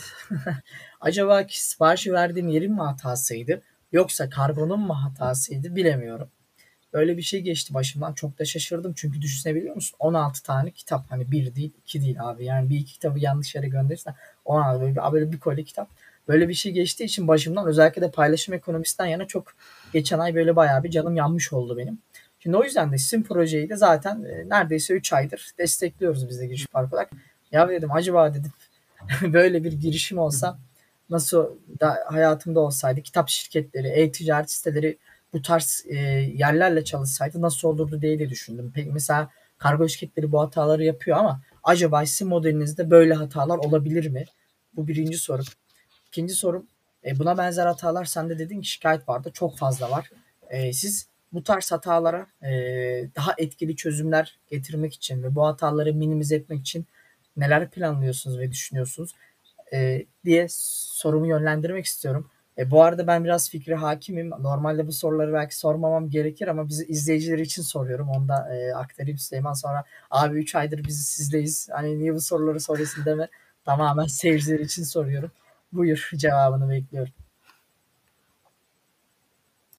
Acaba ki siparişi verdiğim yerin mi hatasıydı yoksa kargonun mu hatasıydı bilemiyorum. Böyle bir şey geçti başımdan. Çok da şaşırdım. Çünkü düşünebiliyor musun? on altı tane kitap. Hani bir değil, iki değil abi. Yani bir iki kitabı yanlış yere gönderirsen on altı böyle bir, böyle bir koli kitap. Böyle bir şey geçtiği için başımdan özellikle de paylaşım ekonomisinden yana çok geçen ay böyle bayağı bir canım yanmış oldu benim. Şimdi o yüzden de sizin projeyi de zaten e, neredeyse üç aydır destekliyoruz biz de Giriş Park olarak. Ya dedim acaba dedim böyle bir girişim olsa nasıl da hayatımda olsaydı kitap şirketleri, e-ticaret siteleri bu tarz e, yerlerle çalışsaydı nasıl olurdu diye de düşündüm. Peki mesela kargo şirketleri bu hataları yapıyor ama acaba sizin modelinizde böyle hatalar olabilir mi? Bu birinci sorum. İkinci sorum e, buna benzer hatalar sende dedin ki şikayet vardı. Çok fazla var. E, siz bu tarz hatalara e, daha etkili çözümler getirmek için ve bu hataları minimize etmek için neler planlıyorsunuz ve düşünüyorsunuz? E, diye sorumu yönlendirmek istiyorum. E, bu arada ben biraz fikri hakimim. Normalde bu soruları belki sormamam gerekir ama bizi izleyicileri için soruyorum. Onu da e, aktarayım Süleyman sonra abi üç aydır biz sizdeyiz. Hani niye bu soruları soruyorsun deme. Tamamen seyirciler için soruyorum. Buyur cevabını bekliyorum.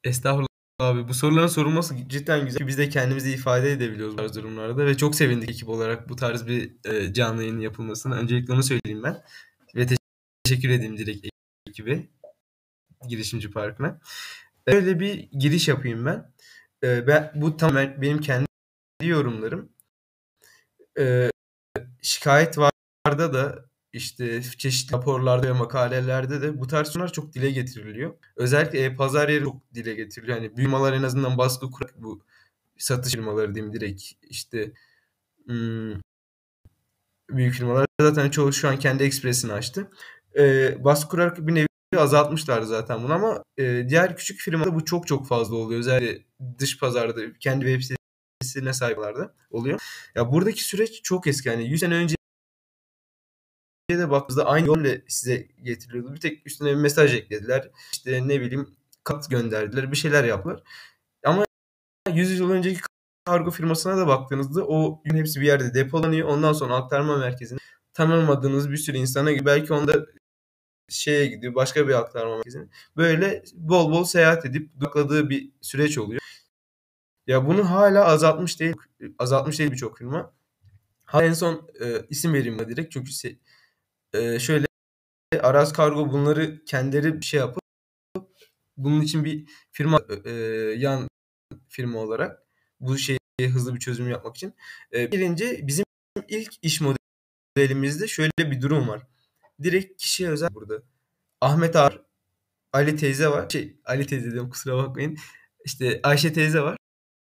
Estağfurullah abi. Bu soruların sorulması cidden güzel. Biz de kendimizi ifade edebiliyoruz bu tarz durumlarda ve çok sevindik ekip olarak bu tarz bir e, canlı yayının yapılmasına. Öncelikle onu söyleyeyim ben. Ve teşekkür edeyim direkt ekibe, girişimci parkına. Öyle bir giriş yapayım ben. E, ben bu tamamen benim kendi yorumlarım. E, şikayet varda da işte çeşitli raporlarda ve makalelerde de bu tarz konular çok dile getiriliyor. Özellikle e-pazar yeri çok dile getiriliyor. Yani büyük firmalar en azından baskı kurarak bu satış firmaları diyeyim direkt işte ım, büyük firmalar zaten çoğu şu an kendi ekspresini açtı. Ee, baskı kurarak bir nevi azaltmışlardı zaten bunu ama e, diğer küçük firmalarda bu çok çok fazla oluyor. Özellikle dış pazarda kendi web sitesine sahiplarda oluyor. Ya buradaki süreç çok eski. Yani yüz sene önce de baktığınızda aynı yolla size getiriliyordu. Bir tek üstüne bir mesaj eklediler. İşte ne bileyim kat gönderdiler. Bir şeyler yaptılar. Ama yüz yıl önceki kargo firmasına da baktığınızda o ürün hepsi bir yerde depolanıyor. Ondan sonra aktarma merkezine tanımadığınız bir sürü insana belki onda şeye gidiyor başka bir aktarma merkezine. Böyle bol bol seyahat edip durakladığı bir süreç oluyor. Ya bunu hala azaltmış değil. Azaltmış değil birçok firma. Ha, en son e, isim vereyim ben direkt. Çünkü se- e, şöyle Aras Kargo bunları kendileri bir şey yapıp bunun için bir firma e, yan firma olarak bu şeyi hızlı bir çözüm yapmak için. E, birinci bizim ilk iş modelimizde şöyle bir durum var. Direkt kişiye özel burada. Ahmet abi, Ali teyze var. Şey, Ali teyze diyorum kusura bakmayın. İşte Ayşe teyze var.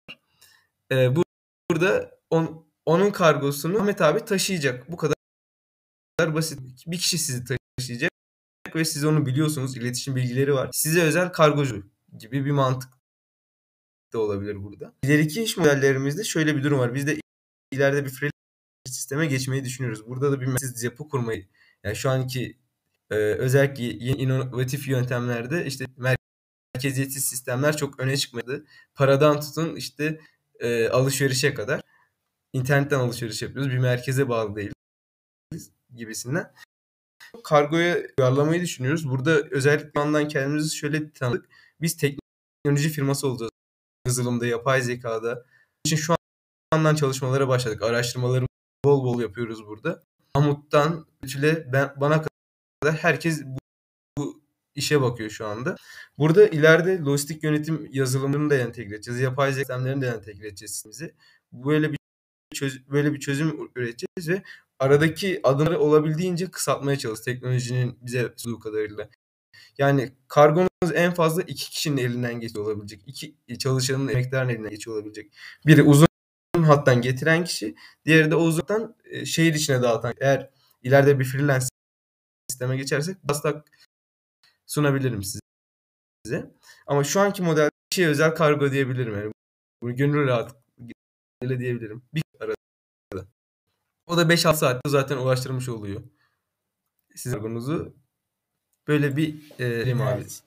E, bu burada on, onun kargosunu Ahmet abi taşıyacak. Bu kadar basit. Bir kişi sizi taşıyacak ve siz onu biliyorsunuz. İletişim bilgileri var. Size özel kargocu gibi bir mantık da olabilir burada. İleriki iş modellerimizde şöyle bir durum var. Biz de ileride bir freelance sisteme geçmeyi düşünüyoruz. Burada da bir merkez yapı kurmayı. Yani şu anki e, özellikle yeni inovatif yöntemlerde işte merkeziyetsiz sistemler çok öne çıkmadı. Paradan tutun işte e, alışverişe kadar. İnternetten alışveriş yapıyoruz. Bir merkeze bağlı değiliz gibisinden. Kargoya uyarlamayı düşünüyoruz. Burada özellikle yandan kendimizi şöyle tanıdık. Biz teknoloji firması olacağız. Yazılımda, yapay zekada. Onun için şu andan çalışmalara başladık. Araştırmaları bol bol yapıyoruz burada. Amut'tan Ütüle ben, bana kadar herkes bu, bu işe bakıyor şu anda. Burada ileride lojistik yönetim yazılımlarını da entegre edeceğiz. Yapay zeka sistemlerini de entegre edeceğiz sistemimizi. Böyle bir çöz, böyle bir çözüm üreteceğiz ve aradaki adımları olabildiğince kısaltmaya çalışacağız teknolojinin bize sunduğu kadarıyla. Yani kargonuz en fazla iki kişinin elinden geçiyor olabilecek. İki çalışanın emektarının elinden geçiyor olabilecek. Biri uzun hattan getiren kişi, diğeri de o uzaktan e, şehir içine dağıtan. Eğer ileride bir freelance sisteme geçersek taslak sunabilirim size. Ama şu anki model şey özel kargo diyebilirim. Yani bunu gönül rahatlıkla diyebilirim. Bir arada. O da beş altı saatte zaten ulaştırmış oluyor. Siz kargonuzu böyle bir e, abi. Evet.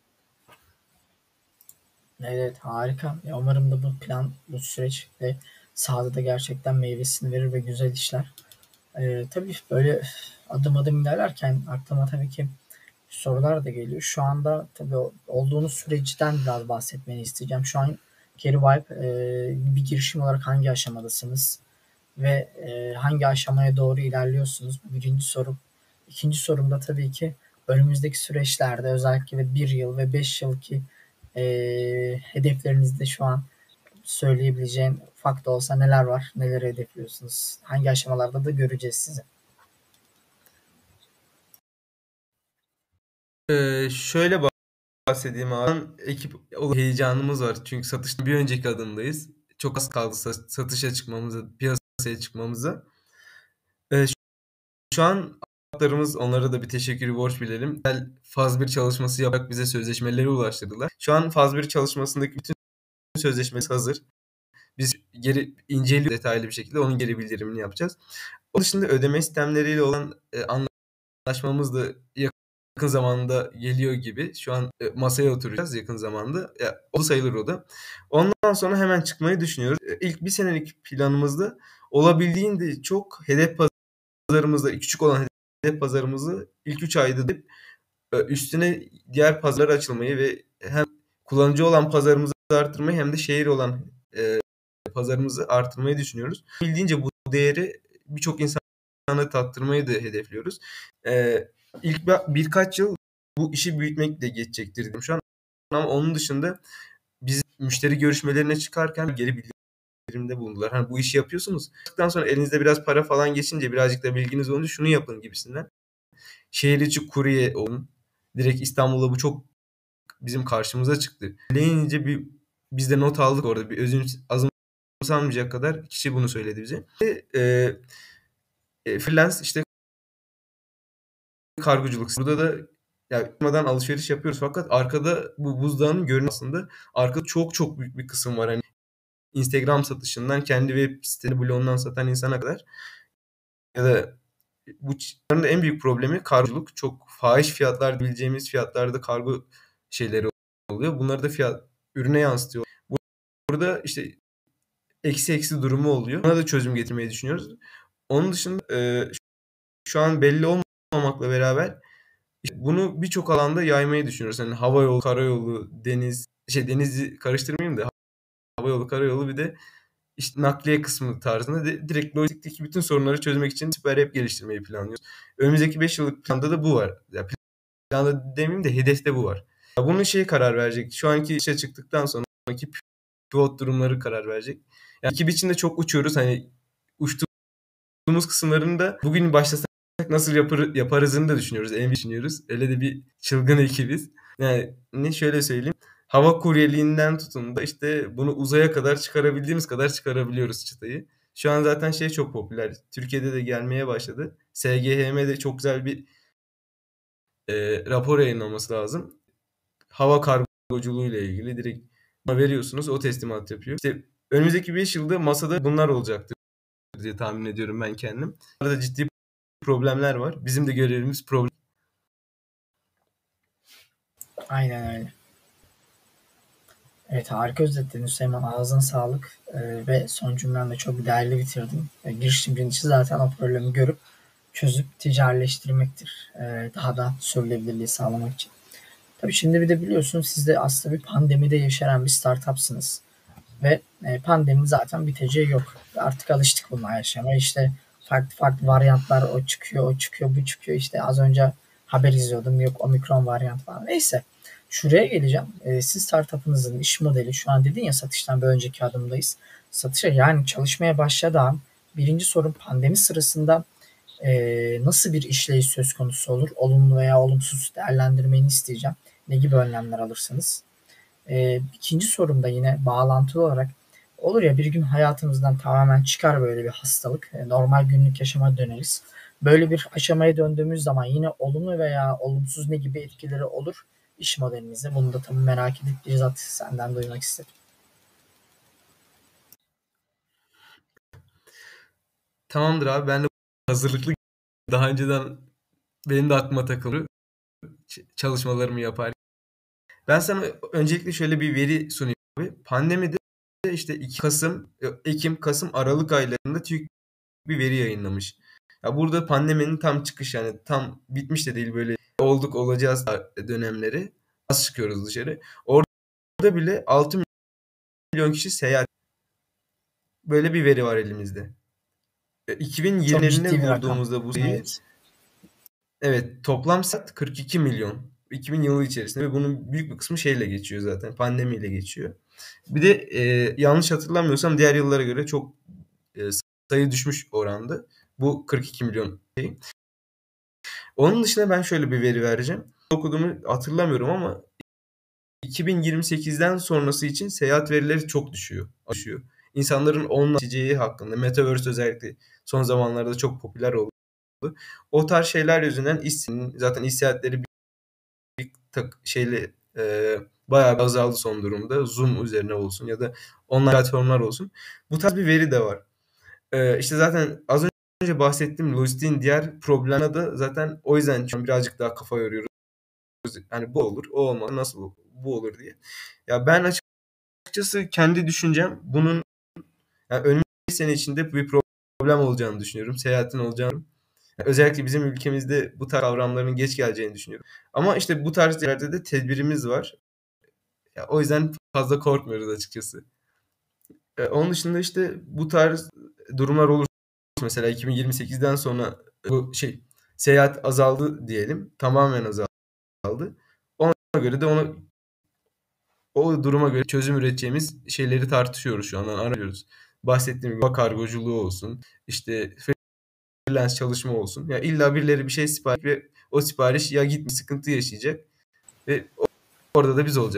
Evet, harika. Ya umarım da bu plan, bu süreç ve sahada da gerçekten meyvesini verir ve güzel işler. Ee, tabii böyle adım adım ilerlerken aklıma tabii ki sorular da geliyor. Şu anda tabii olduğunuz süreçten biraz bahsetmeni isteyeceğim. Şu an Geri Vibe e, bir girişim olarak hangi aşamadasınız ve e, hangi aşamaya doğru ilerliyorsunuz? Bu birinci sorum. İkinci sorum da tabii ki önümüzdeki süreçlerde özellikle bir yıl ve beş yılki e, hedeflerinizde şu an söyleyebileceğin ufak da olsa neler var? Neleri hedefliyorsunuz? Hangi aşamalarda da göreceğiz sizi? Ee, şöyle bahsedeyim abi. Ekip heyecanımız var. Çünkü satışın bir önceki adımdayız. Çok az kaldı satışa çıkmamıza, piyasaya çıkmamıza. Ee, şu an atlarımız onlara da bir teşekkür borç bilelim. Faz bir çalışması yaparak bize sözleşmeleri ulaştırdılar. Şu an faz bir çalışmasındaki bütün sözleşmesi hazır. Biz geri inceliyoruz detaylı bir şekilde onun geri bildirimini yapacağız. O dışında ödeme sistemleriyle olan e, anlaşmamız da yakın zamanda geliyor gibi. Şu an e, masaya oturacağız yakın zamanda. Ya, o sayılır o da. Ondan sonra hemen çıkmayı düşünüyoruz. E, İlk bir senelik planımızda olabildiğince çok hedef pazarımızda, küçük olan hedef pazarımızı ilk üç ayda da üstüne diğer pazarlara açılmayı ve hem kullanıcı olan pazarımızı arttırmayı hem de şehir olan e, pazarımızı arttırmayı düşünüyoruz. Bildiğince bu değeri birçok insana tattırmayı da hedefliyoruz. E, ilk birkaç yıl bu işi büyütmekle geçecektir dedim şu an. Ama onun dışında biz müşteri görüşmelerine çıkarken geri bildirimde bulundular. Hani bu işi yapıyorsunuz. Çıktıktan sonra elinizde biraz para falan geçince, birazcık da bilginiz olunca şunu yapın gibisinden. Şehir içi kurye olun. Direkt İstanbul'da bu çok bizim karşımıza çıktı. Deyince bir biz de not aldık orada. Bir özüm azımsanmayacak kadar kişi bunu söyledi bize. E, e, freelance işte kargoculuk. Burada da yani yapmadan alışveriş yapıyoruz fakat arkada bu buzdağının görünüyor aslında. Arkada çok çok büyük bir kısım var. Hani Instagram satışından kendi web sitesi blogundan satan insana kadar. Ya da bu çıkarın da en büyük problemi kargoculuk. Çok fahiş fiyatlar bileceğimiz fiyatlarda kargo şeyleri oluyor. Bunları da fiyat ürüne yansıtıyor. Burada işte eksi eksi durumu oluyor. Buna da çözüm getirmeyi düşünüyoruz. Onun dışında e, şu an belli olmamakla beraber işte bunu birçok alanda yaymayı düşünüyoruz. Yani hava yolu, karayolu, deniz, şey denizi karıştırmayayım da hava yolu, karayolu bir de işte nakliye kısmı tarzında de, direkt lojistikteki bütün sorunları çözmek için süper app geliştirmeyi planlıyoruz. Önümüzdeki beş yıllık planda da bu var. Ya planda demeyeyim de hedefte bu var. Ya bunun şey karar verecek. Şu anki işe çıktıktan sonraki pivot durumları karar verecek. Yani ekip içinde çok uçuyoruz. Hani uçtuğumuz kısımlarında bugün başlasak nasıl yapar, yaparızını da düşünüyoruz. En düşünüyoruz. Öyle de bir çılgın ekibiz. Yani ne şöyle söyleyeyim. Hava kuryeliğinden tutun da işte bunu uzaya kadar çıkarabildiğimiz kadar çıkarabiliyoruz çıtayı. Şu an zaten şey çok popüler. Türkiye'de de gelmeye başladı. S G H M'de çok güzel bir e, rapor yayınlaması lazım. Hava kargoculuğu ile ilgili direkt veriyorsunuz, o teslimat yapıyor. İşte önümüzdeki beş yılda masada bunlar olacaktır diye tahmin ediyorum ben kendim. Burada ciddi problemler var. Bizim de görevimiz problem. Aynen öyle. Evet, harika özetledin Süleyman. Ağzına sağlık. Ee, ve son cümlenle çok değerli bitirdin. Ee, girişimcinin işi zaten o problemi görüp çözüp ticarileştirmektir. Ee, daha da sürdürülebilirliği sağlamak için. Tabii şimdi bir de biliyorsun siz de aslında bir pandemide yaşayan bir startupsınız. Ve e, pandemi zaten biteceği yok. Artık alıştık bununla yaşamaya. İşte farklı farklı varyantlar o çıkıyor, o çıkıyor, bu çıkıyor. İşte az önce haber izliyordum. Yok omikron varyant falan. Neyse. Şuraya geleceğim. E, siz startup'ınızın iş modeli şu an dedin ya satıştan bir önceki adımdayız. Satışa yani çalışmaya başladığı an birinci sorun pandemi sırasında e, nasıl bir işleyiş söz konusu olur? Olumlu veya olumsuz değerlendirmeni isteyeceğim. Ne gibi önlemler alırsınız? E, ikinci sorum da yine bağlantılı olarak olur ya bir gün hayatımızdan tamamen çıkar böyle bir hastalık. E, normal günlük yaşama döneriz. Böyle bir aşamaya döndüğümüz zaman yine olumlu veya olumsuz ne gibi etkileri olur iş modelimizde? Bunu da tabii merak edip bizzat senden duymak istedim. Tamamdır abi, ben de hazırlıklı daha önceden benim de aklıma takılır çalışmalarımı yapar. Ben sana öncelikle şöyle bir veri sunayım abi. Pandemide işte iki Kasım, Ekim, Kasım, Aralık aylarında TÜİK bir veri yayınlamış. Ya burada pandeminin tam çıkış, yani tam bitmiş de değil, böyle olduk olacağız dönemleri. Az çıkıyoruz dışarı. Orada bile altı milyon kişi seyahat. Böyle bir veri var elimizde. Çok iki bin yirmilerine ciddi bir rakam. vurduğumuzda bu sayı, Evet. evet, toplam saat kırk iki milyon. iki bin yılı içerisinde ve bunun büyük bir kısmı şeyle geçiyor zaten. Pandemiyle geçiyor. Bir de e, yanlış hatırlamıyorsam diğer yıllara göre çok e, sayı düşmüş oranda. Bu kırk iki milyon şey. Onun dışında ben şöyle bir veri vereceğim. Okuduğumu hatırlamıyorum ama iki bin yirmi sekizden sonrası için seyahat verileri çok düşüyor. Düşüyor. İnsanların online geçeceği hakkında, Metaverse özellikle son zamanlarda çok popüler oldu. O tarz şeyler yüzünden iş, zaten iş seyahatleri bir, bir tak, şeyle e, bayağı azaldı son durumda. Zoom üzerine olsun ya da online platformlar olsun. Bu tarz bir veri de var. E, işte zaten az önce bahsettiğim lojistiğin diğer problemine de zaten o yüzden şu an birazcık daha kafa yoruyoruz. Hani bu olur, o olmaz, nasıl bu olur diye. Ya ben açıkçası kendi düşüncem bunun yani önümüzdeki sene içinde bir problem olacağını düşünüyorum. Seyahatin olacağını. Yani özellikle bizim ülkemizde bu tarz kavramların geç geleceğini düşünüyorum. Ama işte bu tarz yerlerde de tedbirimiz var. Ya, o yüzden fazla korkmuyoruz açıkçası. E, onun dışında işte bu tarz durumlar olursa mesela iki bin yirmi sekizden sonra bu şey seyahat azaldı diyelim. Tamamen azaldı. Ona göre de ona o duruma göre çözüm üreteceğimiz şeyleri tartışıyoruz şu andan arıyoruz. Bahsettiğim gibi hava kargoculuğu olsun, işte freelance çalışma olsun. Ya illa birileri bir şey sipariş ve o sipariş ya gitmiş sıkıntı yaşayacak ve orada da biz olacağız.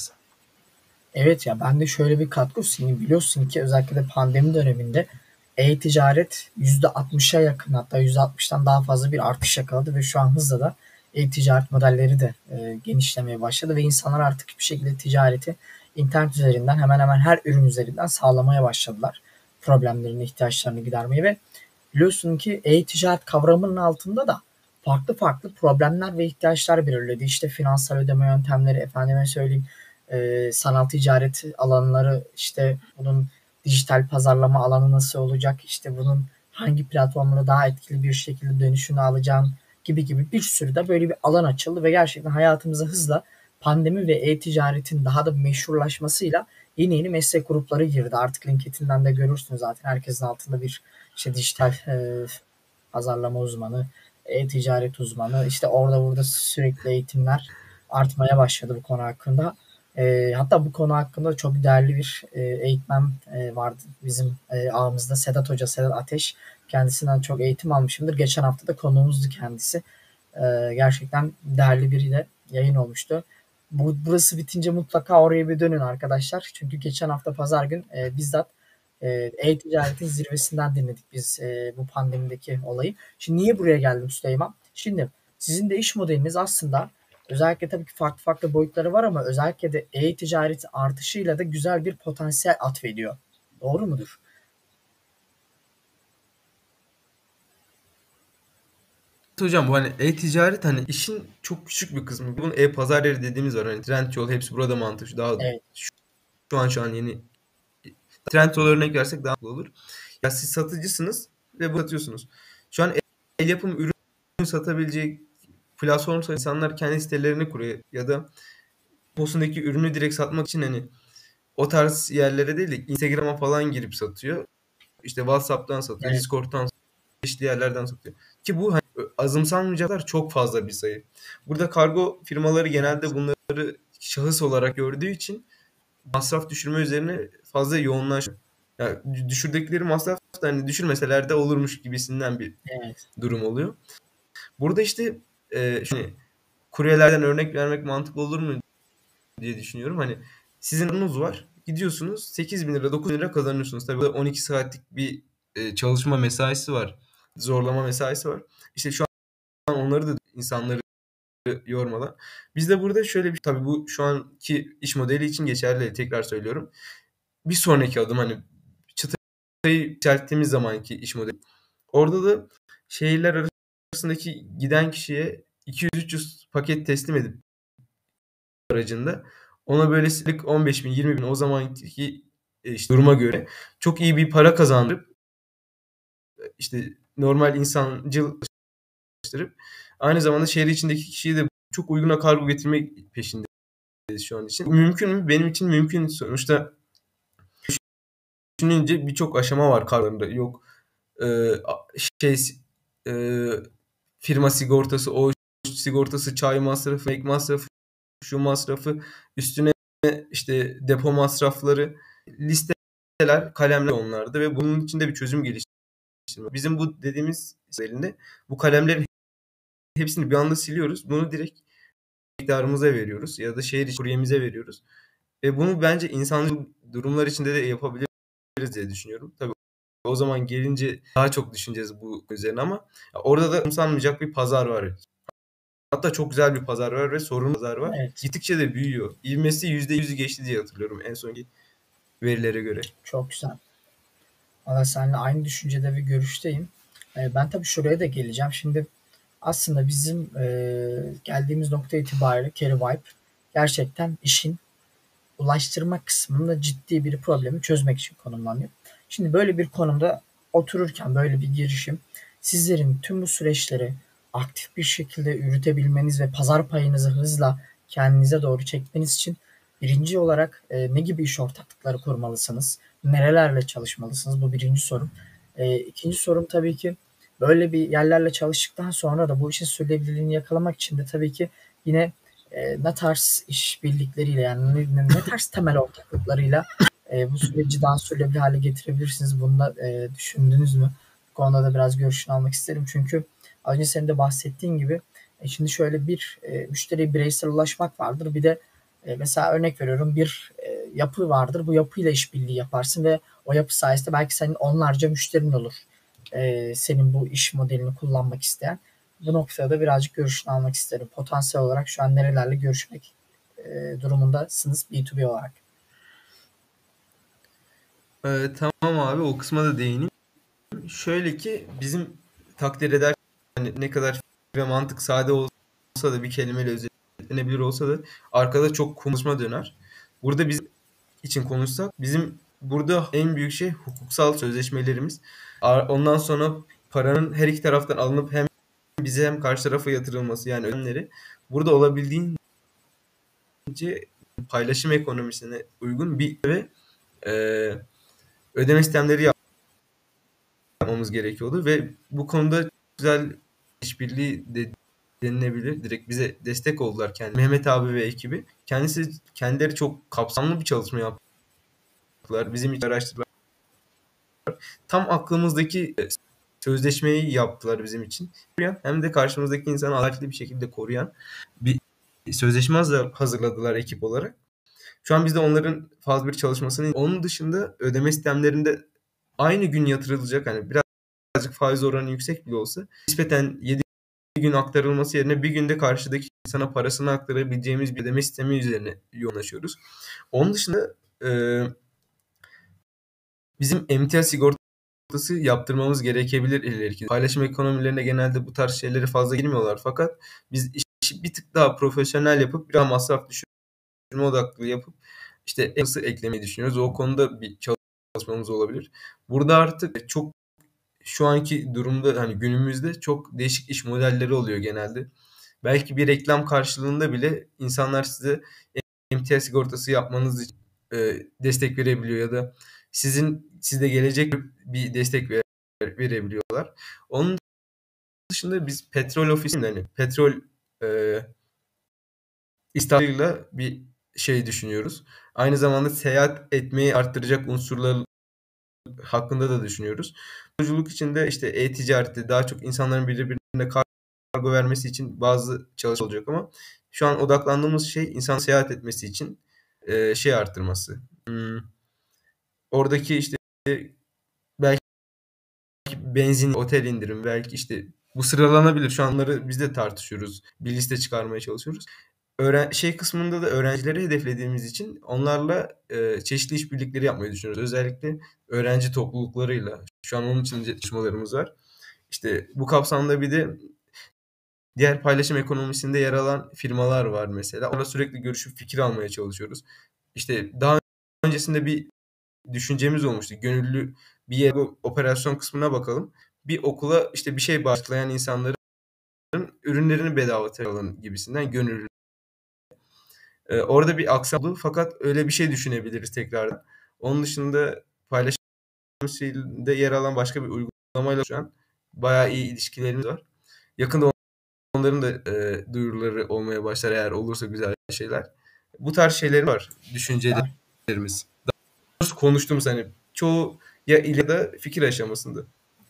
Evet ya ben de şöyle bir katkı sunayım. Biliyorsun ki özellikle de pandemi döneminde e-ticaret yüzde altmışa yakın hatta yüzde altmıştan daha fazla bir artış yakaladı ve şu an hızla da e-ticaret modelleri de e, genişlemeye başladı ve insanlar artık bir şekilde ticareti internet üzerinden hemen hemen her ürün üzerinden sağlamaya başladılar. Problemlerini, ihtiyaçlarını gidermeyi ve biliyorsun ki e-ticaret kavramının altında da farklı farklı problemler ve ihtiyaçlar belirledi. İşte finansal ödeme yöntemleri, efendime söyleyeyim, e, sanal ticaret alanları, işte bunun dijital pazarlama alanı nasıl olacak, işte bunun hangi platformlara daha etkili bir şekilde dönüşünü alacağım gibi gibi bir sürü de böyle bir alan açıldı ve gerçekten hayatımıza hızla pandemi ve e-ticaretin daha da meşhurlaşmasıyla yeni yeni meslek grupları girdi. Artık LinkedIn'den de görürsünüz zaten herkesin altında bir işte dijital e, pazarlama uzmanı, e-ticaret uzmanı, işte orada burada sürekli eğitimler artmaya başladı bu konu hakkında. E, hatta bu konu hakkında çok değerli bir e, eğitmen e, vardı bizim e, ağımızda, Sedat Hoca, Sedat Ateş. Kendisinden çok eğitim almışımdır. Geçen hafta da konuğumuzdu kendisi. E, gerçekten değerli biri de yayın olmuştu. Bu, burası bitince mutlaka oraya bir dönün arkadaşlar. Çünkü geçen hafta pazar gün e, bizzat e, e-ticaretin zirvesinden dinledik biz e, bu pandemideki olayı. Şimdi niye buraya geldim Süleyman? Şimdi sizin de iş modeliniz aslında özellikle tabii ki farklı farklı boyutları var ama özellikle de e-ticaret artışıyla da güzel bir potansiyel atfediyor. Doğru mudur? Hocam bu hani e-ticaret hani işin çok küçük bir kısmı. Bunun e-pazar yeri dediğimiz var. Hani Trendyol hepsi burada mantığı. Şu daha Evet, şu an şu an yeni Trendyol örnek versek daha olur. Ya siz satıcısınız ve bu satıyorsunuz. Şu an el yapımı ürün satabilecek platform insanlar kendi sitelerini kuruyor ya da postundaki ürünü direkt satmak için hani o tarz yerlere değil de Instagram'a falan girip satıyor. İşte WhatsApp'tan satıyor, evet, Discord'dan satıyor, çeşitli yerlerden satıyor. Ki bu hani azımsanmayacaklar çok fazla bir sayı. Burada kargo firmaları genelde bunları şahıs olarak gördüğü için masraf düşürme üzerine fazla yoğunlaşıyor. Yani düşürdükleri masraf da hani düşürmeseler de olurmuş gibisinden bir evet, durum oluyor. Burada işte e, şimdi kuryelerden örnek vermek mantıklı olur mu diye düşünüyorum. Hani sizin ürününüz var. Gidiyorsunuz sekiz bin lira dokuz bin lira kazanıyorsunuz. Tabii on iki saatlik bir e, çalışma mesaisi var. Zorlama mesaisi var. İşte şu an onları da insanları yormadan. Biz de burada şöyle bir tabii bu şu anki iş modeli için geçerli tekrar söylüyorum. Bir sonraki adım hani çıtayı yükselttiğimiz zamanki iş modeli. Orada da şehirler arasındaki giden kişiye iki yüz üç yüz paket teslim edip aracında ona böyle sık on beş bin yirmi bin o zamanki e, işte duruma göre çok iyi bir para kazandırıp işte normal insancıl çalıştırıp aynı zamanda şehir içindeki kişiyi de çok uyguna kargo getirmek peşindeyiz şu an için. Mümkün mü? Benim için mümkün. Sonuçta düşününce birçok aşama var kargolarında. Yok e, şey e, firma sigortası, o sigortası, çay masrafı, ek masrafı, şu masrafı, üstüne işte depo masrafları, listeler, kalemler onlarda ve bunun içinde bir çözüm geliştirme. Bizim bu dediğimiz elinde bu kalemlerin hepsini bir anda siliyoruz. Bunu direkt miktarımıza veriyoruz ya da şehir içi kuryemize veriyoruz. Ve bunu bence insancıl durumlar içinde de yapabiliriz diye düşünüyorum. Tabii o zaman gelince daha çok düşüneceğiz bu üzerine ama orada da umsanmayacak bir pazar var. Hatta çok güzel bir pazar var ve sorunlu pazar var. evet. Gittikçe de büyüyor. İvmesi yüzde yüzü geçti diye hatırlıyorum en sonki verilere göre. Çok güzel. Valla seninle aynı düşüncede ve görüşteyim. E, ben tabii şuraya da geleceğim. Şimdi aslında bizim e, geldiğimiz nokta itibariyle Carry Vibe gerçekten işin ulaştırma kısmında ciddi bir problemi çözmek için konumlanıyor. Şimdi böyle bir konumda otururken böyle bir girişim sizlerin tüm bu süreçleri aktif bir şekilde yürütebilmeniz ve pazar payınızı hızla kendinize doğru çekmeniz için Birinci olarak e, ne gibi iş ortaklıkları kurmalısınız? Nerelerle çalışmalısınız? Bu birinci sorum. E, ikinci sorum tabii ki böyle bir yerlerle çalıştıktan sonra da bu işin sürdürülebilirliğini yakalamak için de tabii ki yine e, ne tarz işbirlikleriyle yani ne, ne tarz temel ortaklıklarıyla e, bu süreci daha sürdürülebilir hale getirebilirsiniz? Bunu da e, düşündünüz mü? Bu konuda da biraz görüşünü almak isterim. Çünkü az önce senin de bahsettiğin gibi e, şimdi şöyle bir e, müşteriye bireysel ulaşmak vardır. Bir de e, mesela örnek veriyorum bir e, yapı vardır. Bu yapıyla işbirliği yaparsın ve o yapı sayesinde belki senin onlarca müşterin olur. E, senin bu iş modelini kullanmak isteyen. Bu noktada da birazcık görüşünü almak isterim. Potansiyel olarak şu an nerelerle görüşmek e, durumundasınız B iki B olarak? Ee, tamam abi, o kısma da değineyim. Şöyle ki bizim takdir eder hani ne kadar ve mantık sade olsa da bir kelimeyle özetlenebilir olsa da arkada çok konuşma döner. Burada biz için konuşsak bizim burada en büyük şey hukuksal sözleşmelerimiz. Ondan sonra paranın her iki taraftan alınıp hem bize hem karşı tarafa yatırılması, yani ödemleri. Burada olabildiğince paylaşım ekonomisine uygun bir ve e, ödeme sistemleri yapmamız gerekiyordu ve bu konuda güzel işbirliği de denilebilir. Direkt bize destek oldular kendi Mehmet abi ve ekibi. Kendisi kendileri çok kapsamlı bir çalışma yaptılar. Bizim için araştırdılar. Tam aklımızdaki sözleşmeyi yaptılar bizim için. Hem de karşımızdaki insanı adaletli bir şekilde koruyan bir sözleşme hazırladılar ekip olarak. Şu an biz de onların fazla bir çalışmasını, onun dışında ödeme sistemlerinde aynı gün yatırılacak, hani birazcık faiz oranı yüksek bile olsa nispeten yedi gün aktarılması yerine bir günde karşıdaki insana parasını aktarabileceğimiz bir ödeme sistemi üzerine yoğunlaşıyoruz. Onun dışında e, bizim emtia sigortası yaptırmamız gerekebilir ileriki. Paylaşım ekonomilerine genelde bu tarz şeylere fazla girmiyorlar, fakat biz işi bir tık daha profesyonel yapıp biraz masraf düşürme odaklı yapıp işte nasıl eklemeyi düşünüyoruz. O konuda bir çalışmamız olabilir. Burada artık çok şu anki durumda, hani günümüzde çok değişik iş modelleri oluyor genelde. Belki bir reklam karşılığında bile insanlar size emtia sigortası yapmanız için e, destek verebiliyor ya da sizin sizde gelecek bir destek ver, verebiliyorlar. Onun dışında biz petrol ofisinde, hani petrol e, istasyonuyla bir şey düşünüyoruz. Aynı zamanda seyahat etmeyi arttıracak unsurlar hakkında da düşünüyoruz. Yolculuk için de işte e-ticareti, daha çok insanların birbirine kargo vermesi için bazı çalışma olacak ama şu an odaklandığımız şey insan seyahat etmesi için e, şey arttırması. Hmm, oradaki işte belki benzin, otel indirim, belki işte bu sıralanabilir. Şu anları biz de tartışıyoruz. Bir liste çıkarmaya çalışıyoruz. Öğren şey kısmında da öğrencileri hedeflediğimiz için onlarla e, çeşitli işbirlikleri yapmayı düşünüyoruz. Özellikle öğrenci topluluklarıyla. Şu an onun için çalışmalarımız var. İşte bu kapsamda bir de diğer paylaşım ekonomisinde yer alan firmalar var mesela. Onlarla sürekli görüşüp fikir almaya çalışıyoruz. İşte daha öncesinde bir düşüncemiz olmuştu. Gönüllü bir yer, bu operasyon kısmına bakalım. Bir okula işte bir şey başlayan insanların ürünlerini bedava alın gibisinden gönüllü. Ee, orada bir aksam oldu, fakat öyle bir şey düşünebiliriz tekrardan. Onun dışında paylaşım ekonomisinde yer alan başka bir uygulamayla şu an bayağı iyi ilişkilerimiz var. Yakında onların da e, duyuruları olmaya başlar eğer olursa güzel şeyler. Bu tarz şeyler var, Süper. düşüncelerimiz. Daha doğrusu konuştuğumuz, hani çoğu ya ileride fikir aşamasında.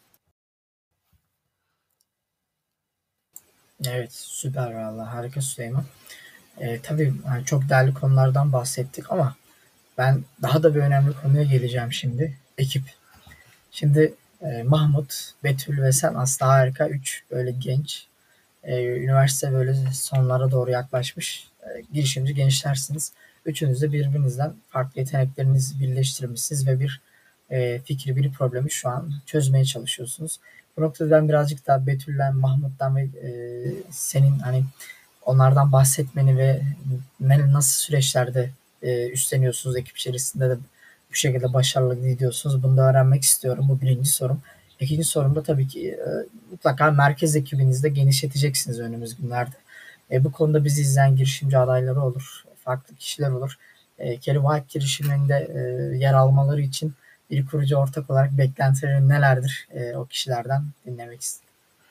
Evet, süper vallahi harika Süleyman. Ee, tabii yani çok değerli konulardan bahsettik ama ben daha da bir önemli konuya geleceğim şimdi. Ekip. Şimdi e, Mahmut, Betül ve sen aslında harika. Üç böyle genç. E, üniversite böyle sonlara doğru yaklaşmış. E, girişimci gençlersiniz. Üçünüz de birbirinizden farklı yeteneklerinizi birleştirmişsiniz ve bir e, fikri, bir problemi şu an çözmeye çalışıyorsunuz. Bu noktada ben birazcık daha Betül'den, Mahmut'tan ve e, senin hani onlardan bahsetmeni ve ne, nasıl süreçlerde e, üstleniyorsunuz ekip içerisinde de bu şekilde başarılı gidiyorsunuz. Bunu da öğrenmek istiyorum. Bu birinci sorum. İkinci sorum da tabii ki e, mutlaka merkez ekibinizde genişleteceksiniz önümüz günlerde. E, bu konuda bizi izleyen girişimci adayları olur, farklı kişiler olur. e, Kelly White girişiminde e, yer almaları için bir kurucu ortak olarak beklentilerin nelerdir? E, o kişilerden dinlemek istedim.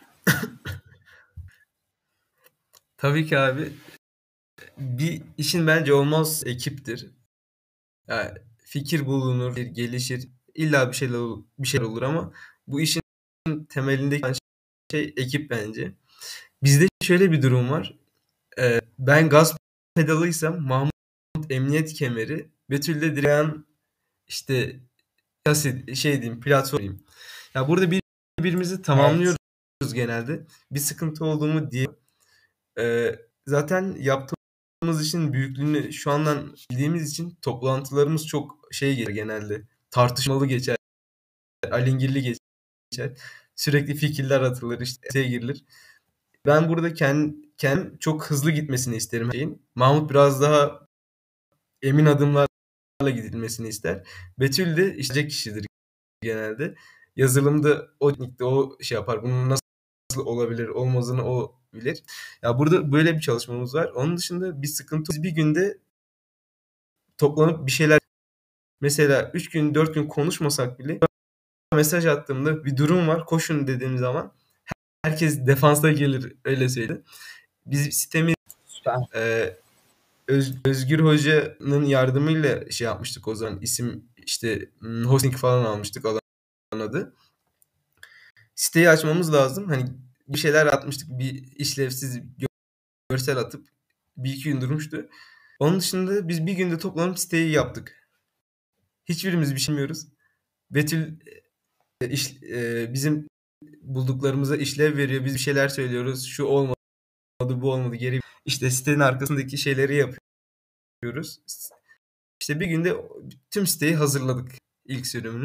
Tabii ki abi. Bir işin bence olmaz ekiptir. Yani fikir bulunur, gelişir. İlla bir şeyler bir şeyler olur ama bu işin temelindeki şey ekip bence. Bizde şöyle bir durum var. Ee, ben gaz pedalıysam Mahmut emniyet kemeri, Betül de direğin işte şasi, şey diyeyim, platform diyeyim. Ya burada bir- birbirimizi Evet. tamamlıyoruz genelde. Bir sıkıntı olduğumu diye. Ee, zaten yaptığımız işin büyüklüğünü şu andan bildiğimiz için toplantılarımız çok şey gelir genelde. Tartışmalı geçer, alengirli geçer. Sürekli fikirler atılır, işte essay girilir. Ben burada kendim, kendim çok hızlı gitmesini isterim her şeyin. Mahmut biraz daha emin adımlarla gidilmesini ister. Betül de işte kişidir genelde. Yazılımda o teknikte o şey yapar. Bunun nasıl olabilir, olmazını o bilir. Ya burada böyle bir çalışmamız var. Onun dışında bir sıkıntı. Biz bir günde toplanıp bir şeyler, mesela üç gün dört gün konuşmasak bile mesaj attığımda bir durum var, koşun dediğim zaman herkes defansa gelir, öyle söyleyeyim. Biz sistemi Süper. e, Öz- Özgür Hoca'nın yardımıyla şey yapmıştık o zaman, isim işte hmm, hosting falan almıştık, alan adı. Siteyi açmamız lazım. Hani bir şeyler atmıştık, bir işlevsiz gö- görsel atıp bir iki gün durmuştu. Onun dışında biz bir günde toplanıp siteyi yaptık. Hiçbirimiz bir şey bilmiyoruz. Betül e, iş, e, bizim bulduklarımıza işlev veriyor. Biz bir şeyler söylüyoruz. Şu olmadı, bu olmadı. Geri işte sitenin arkasındaki şeyleri yapıyoruz. İşte bir günde tüm siteyi hazırladık, ilk sürümünü.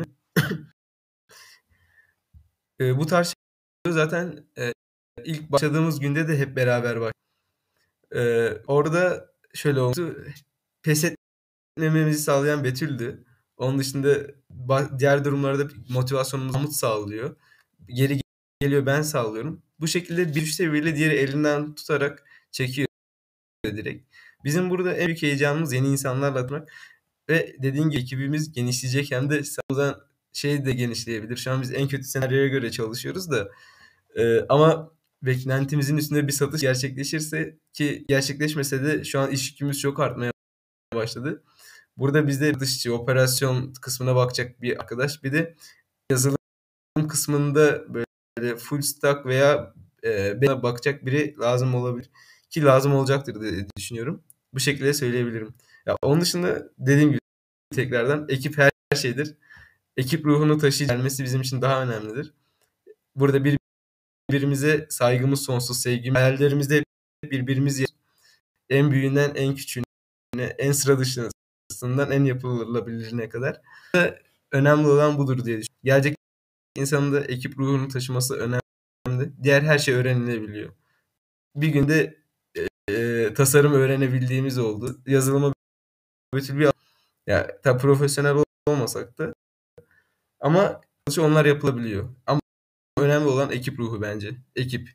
E, bu tarz şeyleri zaten e, ilk başladığımız günde de hep beraber var. E, orada şöyle oldu. Pes etmememizi sağlayan Betül'dü. Onun dışında ba- diğer durumlarda motivasyonumuzu Mahmut sağlıyor. Geri geliyor, ben sağlıyorum. Bu şekilde bir üst seviyeyle diğeri elinden tutarak çekiyor direkt. Bizim burada en büyük heyecanımız yeni insanlarla atmak. Ve dediğin gibi ekibimiz genişleyecek, hem de buradan şey de genişleyebilir. Şu an biz en kötü senaryoya göre çalışıyoruz da. Ee, ama beklentimizin üstünde bir satış gerçekleşirse, ki gerçekleşmese de şu an iş yükümüz çok artmaya başladı. Burada bizde dışçı, operasyon kısmına bakacak bir arkadaş, bir de yazılım kısmında böyle full stack veya e, bana bakacak biri lazım olabilir. Ki lazım olacaktır diye düşünüyorum. Bu şekilde söyleyebilirim. Ya onun dışında dediğim gibi tekrardan ekip her şeydir. Ekip ruhunu taşıyabilmesi bizim için daha önemlidir. Burada birbirimize saygımız sonsuz, sevgimiz, hayallerimizde hep birbirimiz, en büyüğünden en küçüğüne, en sıra dışısından en yapılabilirine kadar. Önemli olan budur diye düşünüyorum. Gelecek insanın da ekip ruhunu taşıması önemli. Diğer her şey öğrenilebiliyor. Bir günde e, tasarım öğrenebildiğimiz oldu. Yazılıma bütün bir, ya tabii profesyonel olmasak da, ama onlar yapılabiliyor. Ama önemli olan ekip ruhu bence. Ekip.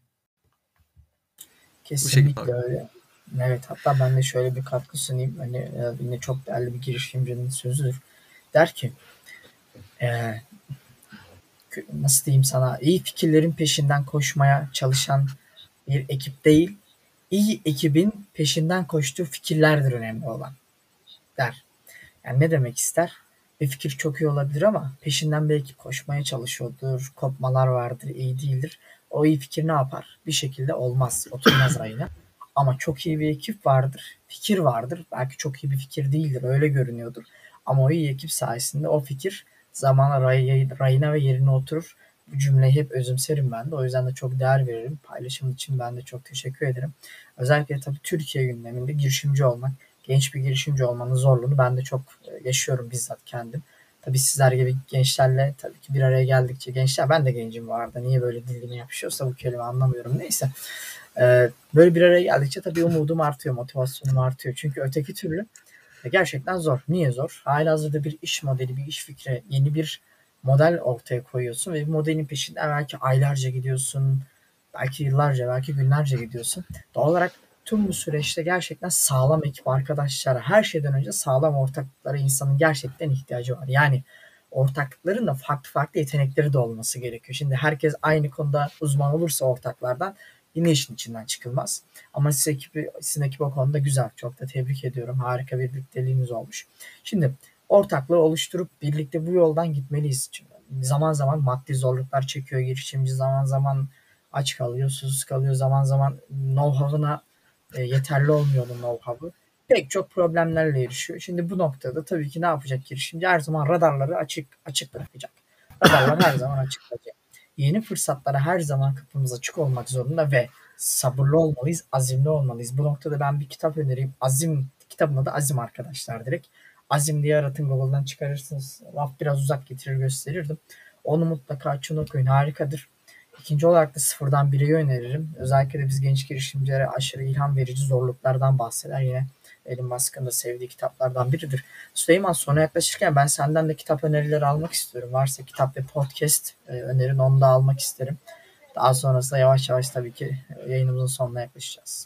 Bu şekilde. Kesinlikle öyle. Evet, hatta ben de şöyle bir katkı sunayım. Hani e, yine çok değerli bir girişimcinin sözüdür. Der ki e, nasıl diyeyim sana, iyi fikirlerin peşinden koşmaya çalışan bir ekip değil, iyi ekibin peşinden koştuğu fikirlerdir önemli olan der. Yani ne demek ister? Bir fikir çok iyi olabilir ama peşinden belki koşmaya çalışıyordur, kopmalar vardır, iyi değildir. O iyi fikir ne yapar? Bir şekilde olmaz, oturmaz rayına. Ama çok iyi bir ekip vardır, fikir vardır. Belki çok iyi bir fikir değildir, öyle görünüyordur. Ama o iyi ekip sayesinde o fikir zamana ray, rayına ve yerine oturur. Bu cümleyi hep özümserim ben de. O yüzden de çok değer veririm. Paylaşım için ben de çok teşekkür ederim. Özellikle tabii Türkiye gündeminde girişimci olmak, genç bir girişimci olmanın zorluğunu ben de çok yaşıyorum bizzat kendim. Tabii sizler gibi gençlerle tabii ki bir araya geldikçe, gençler, ben de gencim bu arada, niye böyle dilime yapışıyorsa bu kelime anlamıyorum, neyse. Ee, böyle bir araya geldikçe tabii umudum artıyor, motivasyonum artıyor. Çünkü öteki türlü gerçekten zor. Niye zor? Halihazırda bir iş modeli, bir iş fikri, yeni bir model ortaya koyuyorsun ve bir modelin peşinden belki aylarca gidiyorsun, belki yıllarca, belki günlerce gidiyorsun. Doğal olarak tüm bu süreçte gerçekten sağlam ekip arkadaşlara, her şeyden önce sağlam ortaklıklara insanın gerçekten ihtiyacı var. Yani ortaklıkların da farklı farklı yetenekleri de olması gerekiyor. Şimdi herkes aynı konuda uzman olursa ortaklardan yine işin içinden çıkılmaz. Ama siz ekibi, sizin ekip o konuda güzel. Çok da tebrik ediyorum. Harika bir birlikteliğiniz olmuş. Şimdi ortaklığı oluşturup birlikte bu yoldan gitmeliyiz. Çünkü zaman zaman maddi zorluklar çekiyor girişimci, zaman zaman aç kalıyor, susuz kalıyor, zaman zaman know-how'ına e, yeterli olmuyor onun know-how'ı. Pek çok problemlerle yarışıyor. Şimdi bu noktada tabii ki ne yapacak girişimci? Her zaman radarları açık açık bırakacak. Radarlar her zaman açık kalacak. Yeni fırsatlara her zaman kapımız açık olmak zorunda ve sabırlı olmalıyız, azimli olmalıyız. Bu noktada ben bir kitap önereyim. Azim, kitabın adı Azim arkadaşlar direkt. Azim diye aratın, Google'dan çıkarırsınız. Laf biraz uzak getirir gösterirdim. Onu mutlaka açın okuyun, harikadır. İkinci olarak da sıfırdan bireyi öneririm. Özellikle de biz genç girişimcilere aşırı ilham verici zorluklardan bahseder. Yine Elon Musk'ın da sevdiği kitaplardan biridir. Süleyman, sona yaklaşırken ben senden de kitap önerileri almak istiyorum. Varsa kitap ve podcast e, önerin, onu da almak isterim. Daha sonrasında yavaş yavaş tabii ki yayınımızın sonuna yaklaşacağız.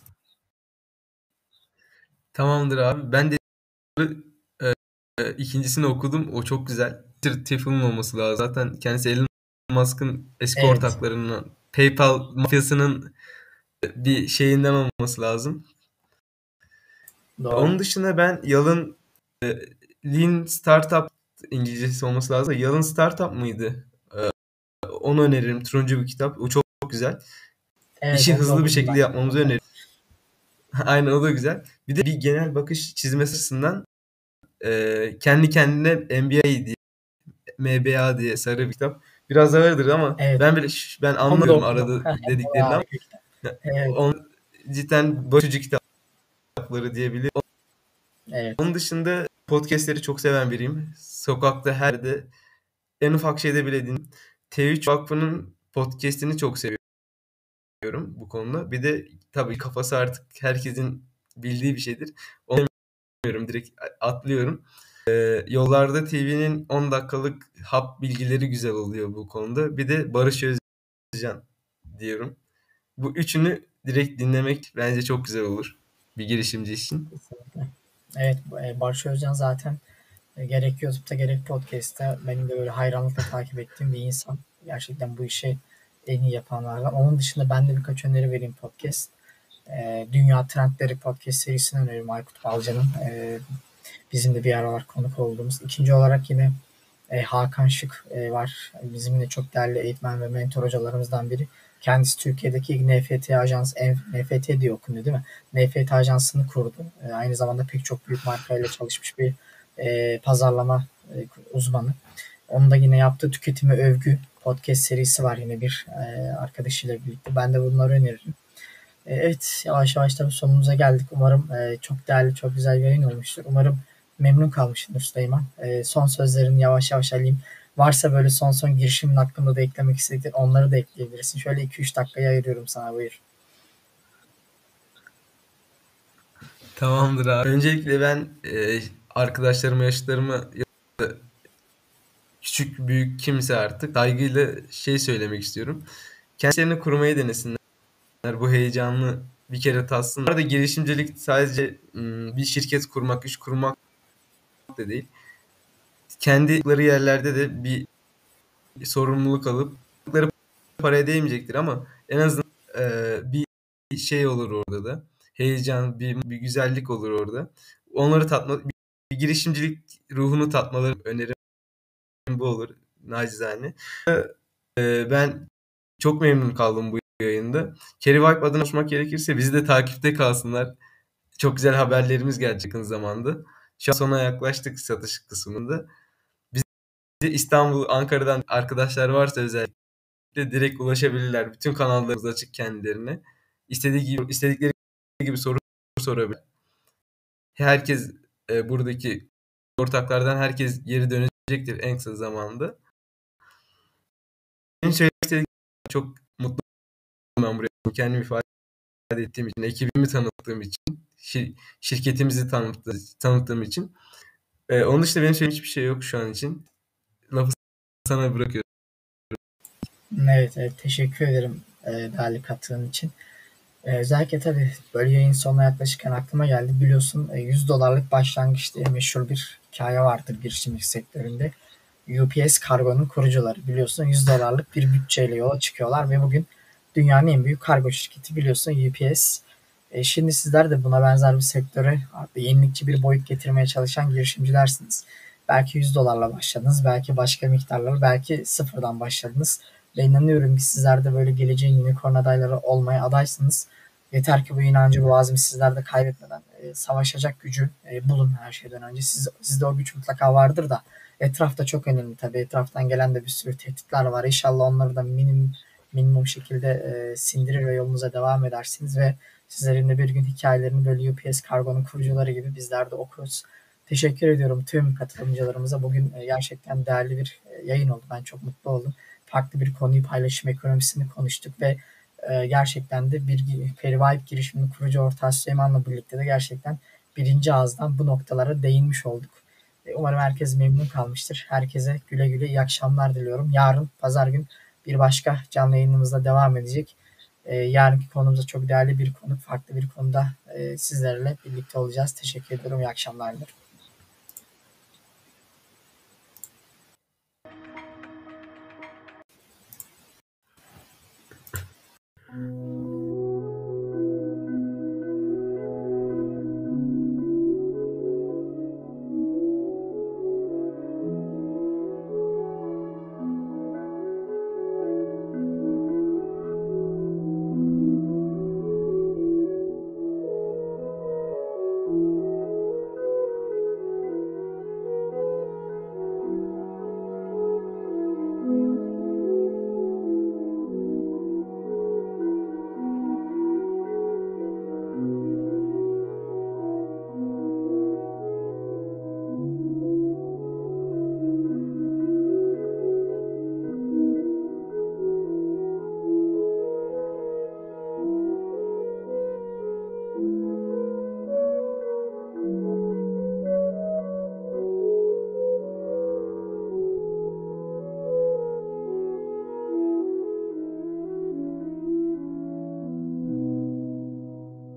Tamamdır abi. Ben de e, ikincisini okudum. O çok güzel. Peter Thiel'in olması lazım. Zaten kendisi Elon Musk'ın eski Evet, ortaklarından, PayPal mafyasının bir şeyinden olması lazım. doğru. Onun dışında ben Yalın e, Lean Startup, İngilizcesi olması lazım. Yalın Startup mıydı? E, onu öneririm. Turuncu bir kitap. O çok, çok güzel. Evet, İşi onu da hızlı bir okudum şekilde ben. yapmamızı öneririm. Aynen, o da güzel. Bir de bir genel bakış çizmesi açısından e, kendi kendine M B A diye, M B A diye sarı bir kitap. Biraz ağırdır ama Evet, ben böyle ben onu da anlıyorum okudum. arada O da dediklerini ama harika kitap. Evet, on, cidden başucu kitapları diyebilirim. evet. Onun dışında podcastleri çok seven biriyim. Sokakta her yerde en ufak şeyde bile dinliyorum. T üç Vakfı'nın podcastini çok seviyorum bu konuda. Bir de tabii kafası artık herkesin bildiği bir şeydir. Onu bilmiyorum, direkt atlıyorum. Ee, Yollarda T V'nin on dakikalık hap bilgileri güzel oluyor bu konuda. Bir de Barış Özcan diyorum. Bu üçünü direkt dinlemek bence çok güzel olur bir girişimci için. Kesinlikle. Evet, e, Barış Özcan zaten e, gerek YouTube'da gerek podcast'ta benim de böyle hayranlıkla takip ettiğim bir insan. Gerçekten bu işi en iyi yapanlardan. Onun dışında ben de birkaç öneri vereyim podcast. E, Dünya Trendleri podcast serisini öneririm, Aykut Balcı'nın. E, bizim de bir aralar konuk olduğumuz. İkinci olarak yine e, Hakan Şık e, var. Bizim de çok değerli eğitmen ve mentor hocalarımızdan biri. Kendisi Türkiye'deki N F T ajans, N F T diye okunuyor değil mi? N F T ajansını kurdu. E, aynı zamanda pek çok büyük markayla çalışmış bir e, pazarlama e, uzmanı. Onun da yine yaptığı Tüketime Övgü podcast serisi var, yine bir e, arkadaşıyla birlikte. Ben de bunları öneririm. E, evet, yavaş yavaş tabii sonumuza geldik. Umarım e, çok değerli, çok güzel bir yayın olmuştur. Umarım memnun kalmışsındır Süleyman. E, son sözlerini yavaş yavaş alayım. Varsa böyle son son girişimin hakkında da eklemek istediğin, onları da ekleyebilirsin. Şöyle iki üç dakikayı ayırıyorum sana, buyur. Tamamdır abi. Öncelikle ben e, arkadaşlarıma, yaşıtlarıma, küçük büyük kimse artık saygıyla şey söylemek istiyorum. Kendilerini kurmayı denesinler. Bu heyecanlı bir kere tatsınlar. Bu arada girişimcilik sadece ım, bir şirket kurmak, iş kurmak da değil. Kendi yerlerde de bir sorumluluk alıp paraya değmeyecektir ama en azından e, bir şey olur orada da. Heyecan, bir, bir güzellik olur orada. Onları tatma, bir girişimcilik ruhunu tatmaları önerim bu olur nacizane. E, ben çok memnun kaldım bu yayında. Carry Vibe adına konuşmak gerekirse bizi de takipte kalsınlar. Çok güzel haberlerimiz gelecek yakın zamanda. Şu an sona yaklaştık satış kısmında. Bize İstanbul, Ankara'dan arkadaşlar varsa özellikle direkt ulaşabilirler. Bütün kanallarımız açık kendilerine. İstediği gibi, istedikleri gibi soru sorabilir. Herkes e, buradaki ortaklardan herkes geri dönecektir en kısa zamanda. Benim söylemek istediğim, çok mutluyum ben buraya kendimi ifade ettiğim için, ekibimi tanıttığım için, şir- şirketimizi tanıttığım, tanıttığım için. E, onun dışında benim söyleyecek hiçbir şey yok şu an için. Lafı sana bırakıyorum. Evet, evet, teşekkür ederim e, değerli katkın için. Eee, özellikle tabii böyle yayın sonuna yaklaşırken aklıma geldi. Biliyorsun e, yüz dolarlık başlangıç diye meşhur bir hikaye vardır girişimcilik sektöründe. U P S Kargo'nun kurucuları biliyorsun yüz dolarlık bir bütçeyle yola çıkıyorlar ve bugün dünyanın en büyük kargo şirketi biliyorsun U P S. E, şimdi sizler de buna benzer bir sektöre yenilikçi bir boyut getirmeye çalışan girişimcilersiniz. Belki yüz dolarla başladınız, belki başka miktarlarla, belki sıfırdan başladınız. Ve inanıyorum ki sizler de böyle geleceğin unicorn adayları olmaya adaysınız. Yeter ki bu inancı, bu azmi sizler de kaybetmeden e, savaşacak gücü e, bulun her şeyden önce. Siz, sizde o güç mutlaka vardır da etrafta çok önemli tabii. Etraftan gelen de bir sürü tehditler var. İnşallah onları da minimum, minimum şekilde e, sindirir ve yolunuza devam edersiniz ve sizlerin de bir gün hikayelerini böyle U P S Kargo'nun kurucuları gibi bizler de okuruz. Teşekkür ediyorum tüm katılımcılarımıza. Bugün e, gerçekten değerli bir e, yayın oldu. Ben çok mutlu oldum. Farklı bir konuyu, paylaşım ekonomisini konuştuk ve e, gerçekten de bir Perivibe girişiminin kurucu ortağı Süleyman'la birlikte de gerçekten birinci ağızdan bu noktalara değinmiş olduk. E, umarım herkes memnun kalmıştır. Herkese güle güle iyi akşamlar diliyorum. Yarın pazar gün bir başka canlı yayınımızda devam edecek. E, yarınki konumuzda çok değerli bir konu, farklı bir konuda e, sizlerle birlikte olacağız. Teşekkür ediyorum. İyi akşamlar dilerim.